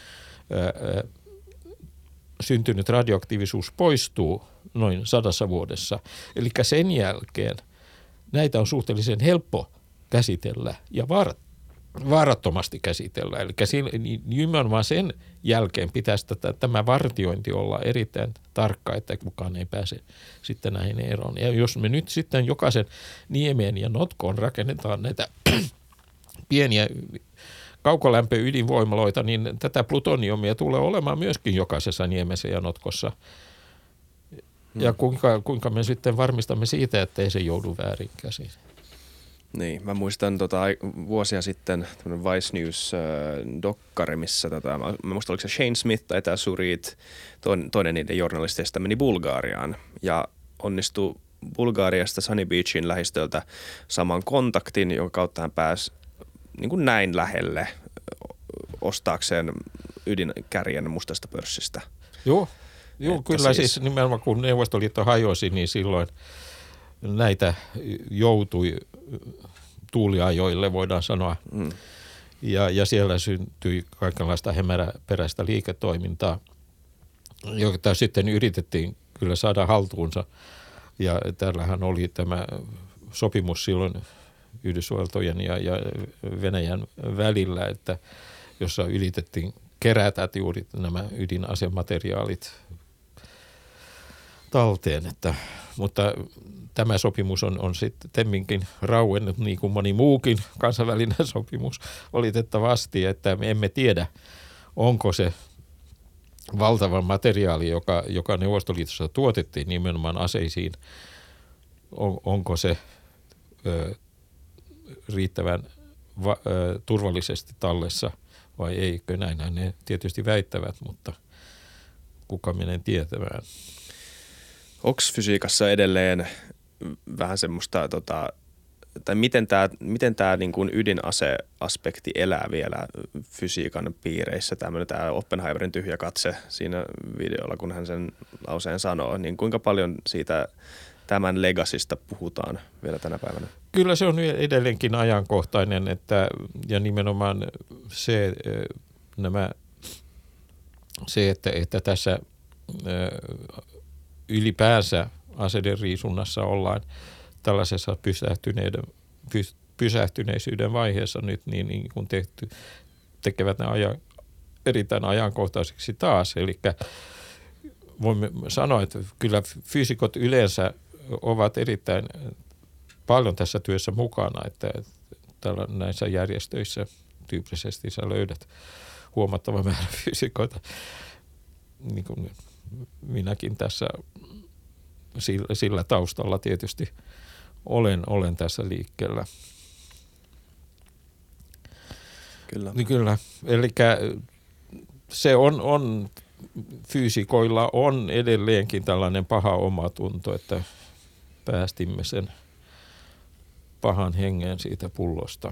syntynyt radioaktiivisuus poistuu noin sadassa vuodessa. Eli sen jälkeen näitä on suhteellisen helppo käsitellä ja var, vaarattomasti käsitellä. Eli nimenomaan sen jälkeen pitäisi tätä, tämä vartiointi olla erittäin tarkka, että kukaan ei pääse sitten näihin eroon. Ja jos me nyt sitten jokaisen niemeen ja notkoon rakennetaan näitä pieniä kaukolämpöydinvoimaloita, niin tätä plutoniumia tulee olemaan myöskin jokaisessa niemessä ja notkossa. Ja kuinka, kuinka me sitten varmistamme siitä, että ei se joudu väärin käsiin. Niin, mä muistan tota, vuosia sitten tämmöinen Vice News-dokkari, missä tota, mä muistan, oliko se Shane Smith tai tämä Surit, toinen, toinen niiden journalisteista meni Bulgariaan ja onnistui Bulgariasta Sunny Beachin lähistöltä saman kontaktin, jonka kautta hän pääsi niin kuin näin lähelle ostaakseen ydinkärjen mustasta pörssistä. Joo, joo kyllä siis, siis nimenomaan kun Neuvostoliitto hajosi, niin silloin näitä joutui tuuliajoille, voidaan sanoa. Mm. Ja, ja siellä syntyi kaikenlaista hämäräperäistä liiketoimintaa, jota sitten yritettiin kyllä saada haltuunsa. Ja täällähän oli tämä sopimus silloin Yhdysvaltojen ja, ja Venäjän välillä, että jossa yritettiin kerätä juuri nämä ydinasemateriaalit talteen. Että, mutta tämä sopimus on, on sitten temminkin rauennut niin kuin moni muukin kansainvälinen sopimus valitettavasti, että me emme tiedä, onko se valtava materiaali, joka, joka Neuvostoliitossa tuotettiin nimenomaan aseisiin, on, onko se ö, riittävän va, ö, turvallisesti tallessa vai eikö, näin ne tietysti väittävät, mutta kuka menee tietämään. Onko fysiikassa edelleen vähän semmoista, tota, tai miten tämä miten tää niin kuin ydinaseaspekti elää vielä fysiikan piireissä? Tämmöinen tämä Oppenheimerin tyhjä katse siinä videolla, kun hän sen lauseen sanoo, niin kuinka paljon siitä tämän legacysta puhutaan vielä tänä päivänä? Kyllä se on edelleenkin ajankohtainen, että, ja nimenomaan se, nämä, se että, että tässä ylipäänsä aseiden riisunnassa ollaan tällaisessa pysähtyneiden, pysähtyneisyyden vaiheessa nyt niin, niin kuin tehty, tekevät ne ajan, erittäin ajankohtaiseksi taas. Eli voimme sanoa, että kyllä fyysikot yleensä ovat erittäin paljon tässä työssä mukana, että tällä, näissä järjestöissä tyypillisesti sä löydät huomattava määrä fyysikoita, niin kuin minäkin tässä sillä, sillä taustalla tietysti olen, olen tässä liikkeellä. Kyllä. Niin kyllä, eli se on, on, fyysikoilla on edelleenkin tällainen paha omatunto, että päästimme sen pahan hengen siitä pullosta.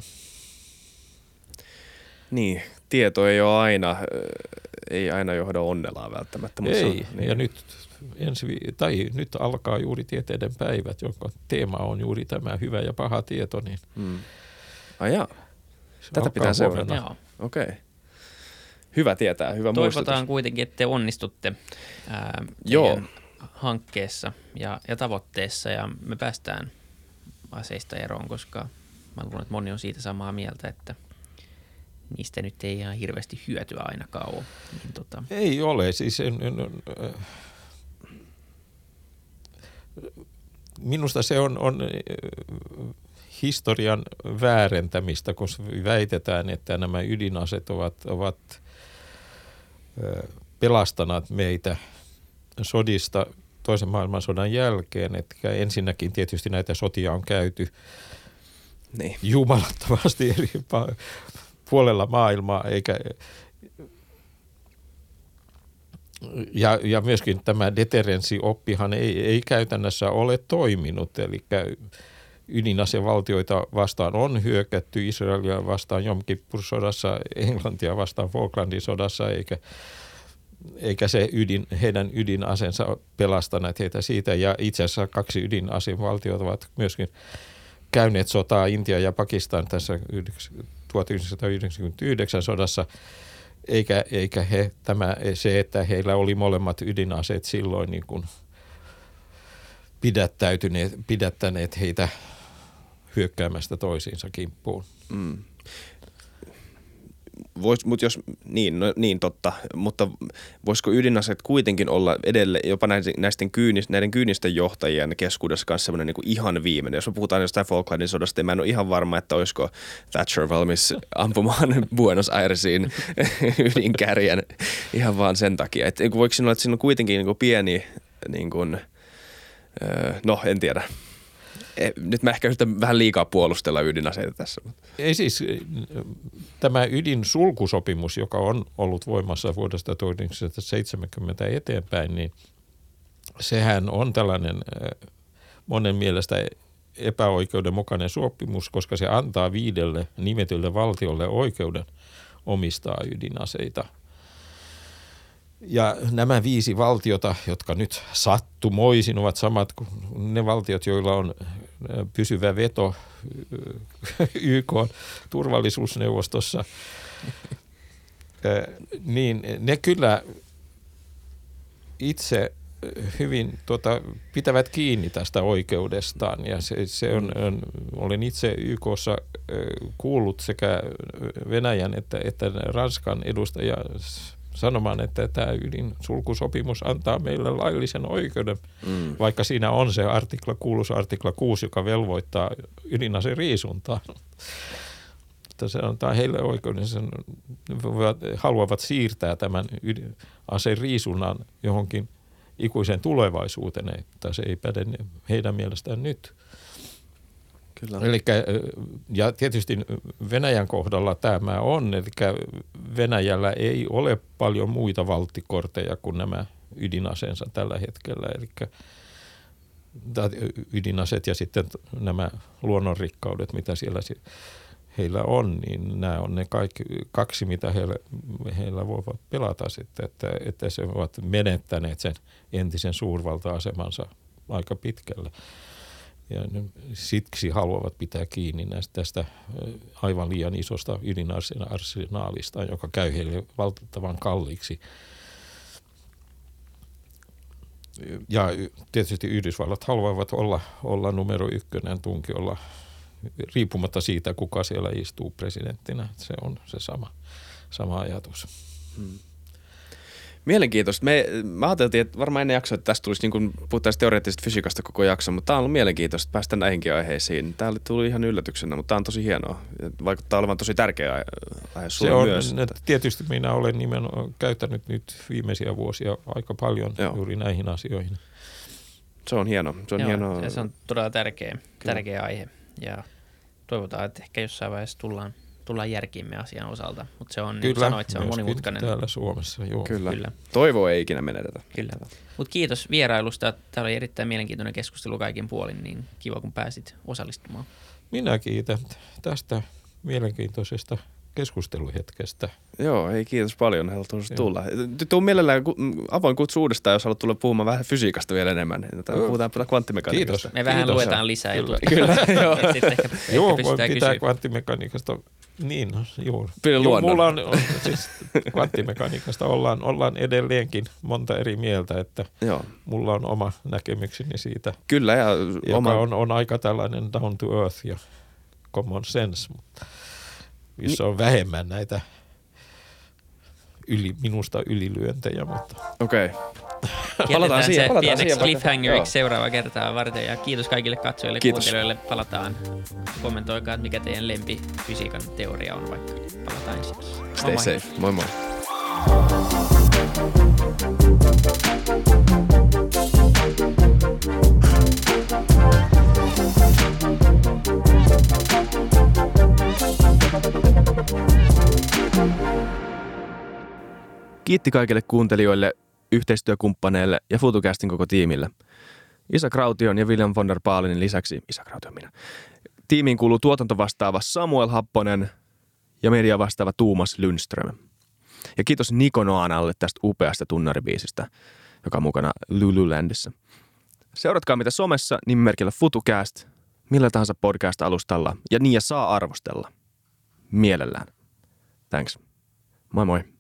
Niin, tieto ei ole aina, ei aina johda onnellaan välttämättä. Mutta ei, se on, niin. ja nyt, ensi, tai nyt alkaa juuri tieteiden päivät, jonka teema on juuri tämä hyvä ja paha tieto. Niin mm. Ai jaa. Tätä pitää seurata. Okei. Okay. Hyvä tietää, hyvä muistutus. Toivotaan kuitenkin, että te onnistutte ää, Joo. hankkeessa ja, ja tavoitteessa ja me päästään aseista eroon, koska mä luulen, että moni on siitä samaa mieltä, että niistä nyt ei ihan hirveästi hyötyä ainakaan ole. Niin, tota. Ei ole. Siis en, en, en, minusta se on, on historian väärentämistä, koska väitetään, että nämä ydinaseet ovat, ovat pelastaneet meitä sodista toisen maailmansodan jälkeen. Että ensinnäkin tietysti näitä sotia on käyty niin jumalattomasti eri puolella maailmaa, eikä ja, ja myöskin tämä deterrenssioppihan ei, ei käytännössä ole toiminut, eli ydinasevaltioita vastaan on hyökätty, Israelia vastaan Jom Kippur-sodassa, Englantia vastaan Falklandin sodassa, eikä, eikä se ydin, heidän ydinasensa pelastaneet heitä siitä, ja itse asiassa kaksi ydinasevaltiota ovat myöskin käyneet sotaa, Intia ja Pakistan tässä tuhatyhdeksänsataayhdeksänkymmentäyhdeksän sodassa, eikä, eikä he, tämä, se, että heillä oli molemmat ydinaseet silloin niin kuin pidättäytyneet, pidättäneet heitä hyökkäämästä toisiinsa kimppuun. Mm. Vois, mut jos, niin, no, niin totta, mutta voisiko ydinaseet kuitenkin olla edelleen jopa näiden, näisten kyynis, näiden kyynisten johtajien keskuudessa kanssa semmoinen niin kuin ihan viimeinen? Jos me puhutaan jostain Falklandin sodasta, niin mä en ole ihan varma, että olisiko Thatcher valmis ampumaan Buenos Airesiin ydinkärjen ihan vaan sen takia. Et, voiko siinä olla, että siinä on kuitenkin niin kuin pieni, niin kuin, no en tiedä. Nyt mä ehkä yritän vähän liikaa puolustella ydinaseita tässä. Ei siis, tämä ydinsulkusopimus, joka on ollut voimassa vuodesta tuhatyhdeksänsataaseitsemänkymmentä eteenpäin, niin sehän on tällainen monen mielestä epäoikeudenmukainen sopimus, koska se antaa viidelle nimetylle valtiolle oikeuden omistaa ydinaseita. Ja nämä viisi valtiota, jotka nyt sattumoisin ovat samat kuin ne valtiot, joilla on pysyvä veto Y K:n turvallisuusneuvostossa, niin ne kyllä itse hyvin tota, pitävät kiinni tästä oikeudestaan. Ja se, se on, on, olen itse Y K:ssa kuullut sekä Venäjän että, että Ranskan edustajia sanomaan, että tämä ydinsulkusopimus antaa meille laillisen oikeuden, mm. vaikka siinä on se artikla, kuuluisa artikla kuusi, joka velvoittaa ydinaseen riisuntaan. Mutta se antaa heille oikeuden, sen haluavat siirtää tämän ydinaseen riisunnan johonkin ikuiseen tulevaisuuteen, että se ei päde heidän mielestään nyt. Kyllä. Elikkä, ja tietysti Venäjän kohdalla tämä on, eli Venäjällä ei ole paljon muita valttikorteja kuin nämä ydinaseensa tällä hetkellä, eli ydinaseet ja sitten nämä luonnonrikkaudet, mitä siellä heillä on, niin nämä on ne kaikki, kaksi, mitä heillä, heillä voivat pelata sitten, että, että se ovat menettäneet sen entisen suurvalta-asemansa aika pitkälle. Ja siksi haluavat pitää kiinni näistä tästä aivan liian isosta ydinarsenaalista, joka käy heille valtavan kalliiksi. Ja tietysti Yhdysvallat haluavat olla, olla numero ykkönen tunkiolla, riippumatta siitä, kuka siellä istuu presidenttinä. Se on se sama, sama ajatus. Hmm. Mielenkiintoista. Me, me ajateltiin, että varmaan ennen jaksoa, että tästä tulisi, niin kuin puhuttaisiin teoreettisesta fysiikasta koko jakso, mutta tämä on ollut mielenkiintoista päästä näihinkin aiheisiin. Tämä oli tullut ihan yllätyksenä, mutta tämä on tosi hienoa. Vaikuttaa olevan tosi tärkeä aihe sulle se on, myös. Että... Tietysti minä olen nimenomaan käyttänyt nyt viimeisiä vuosia aika paljon Joo. juuri näihin asioihin. Se on hieno. Se on, Joo, hieno. Se on todella tärkeä, tärkeä aihe ja toivotaan, että ehkä jossain vaiheessa tullaan tullaan järkiimme asian osalta, mutta se on, niin kuin sanoit, se on monimutkainen. Täällä Suomessa, joo. Kyllä. Kyllä. Toivo ei ikinä menetetä. Kyllä. Mutta kiitos vierailusta. Tämä oli erittäin mielenkiintoinen keskustelu kaikin puolin, niin kiva kun pääsit osallistumaan. Minä kiitän tästä mielenkiintoisesta keskusteluhetkestä. Joo, ei kiitos paljon, haluaisin tulla. Tuu mielellään avoin kutsu uudestaan, jos haluat tulla puhumaan vähän fysiikasta vielä enemmän. Puhutaan paljon kvanttimekaniikasta. Kiitos. Me vähän kiitos. luetaan lisää ja tutkitaan. Kyllä, joo. Sitten ehkä, joo, ehkä voi pitää kysyä. kvanttimekaniikasta. Niin, joo. joo mulla on, siis kvanttimekaniikasta ollaan, ollaan edelleenkin monta eri mieltä, että joo. mulla on oma näkemykseni siitä. Kyllä, ja joka oma... on, on aika tällainen down to earth ja common sense, mutta missä on vähemmän näitä yli, minusta ylilyöntejä, mutta... Okei. Okay. Palataan siihen. Se palataan pieneksi cliffhangeriksi seuraava kertaa varten ja kiitos kaikille katsojille ja kuuntelijoille. Palataan. Kommentoikaa, että mikä teidän lempifysiikan teoria on vaikka. Palataan ensin. Stay moi. Safe. Moi moi. Kiitti kaikille kuuntelijoille, yhteistyökumppaneille ja FutuCastin koko tiimille. Isa Kraution ja William von der Baalinin lisäksi, Isa Kraution minä, tiimiin kuuluu tuotantovastaava Samuel Happonen ja media vastaava Tuumas Lundström. Ja kiitos Niko Noanalle tästä upeasta tunnaribiisistä, joka on mukana Lululandissa. Seuratkaa mitä somessa nimimerkillä FutuCast, millä tahansa podcast-alustalla ja niin ja saa arvostella. Mielellään. Thanks. Moi moi.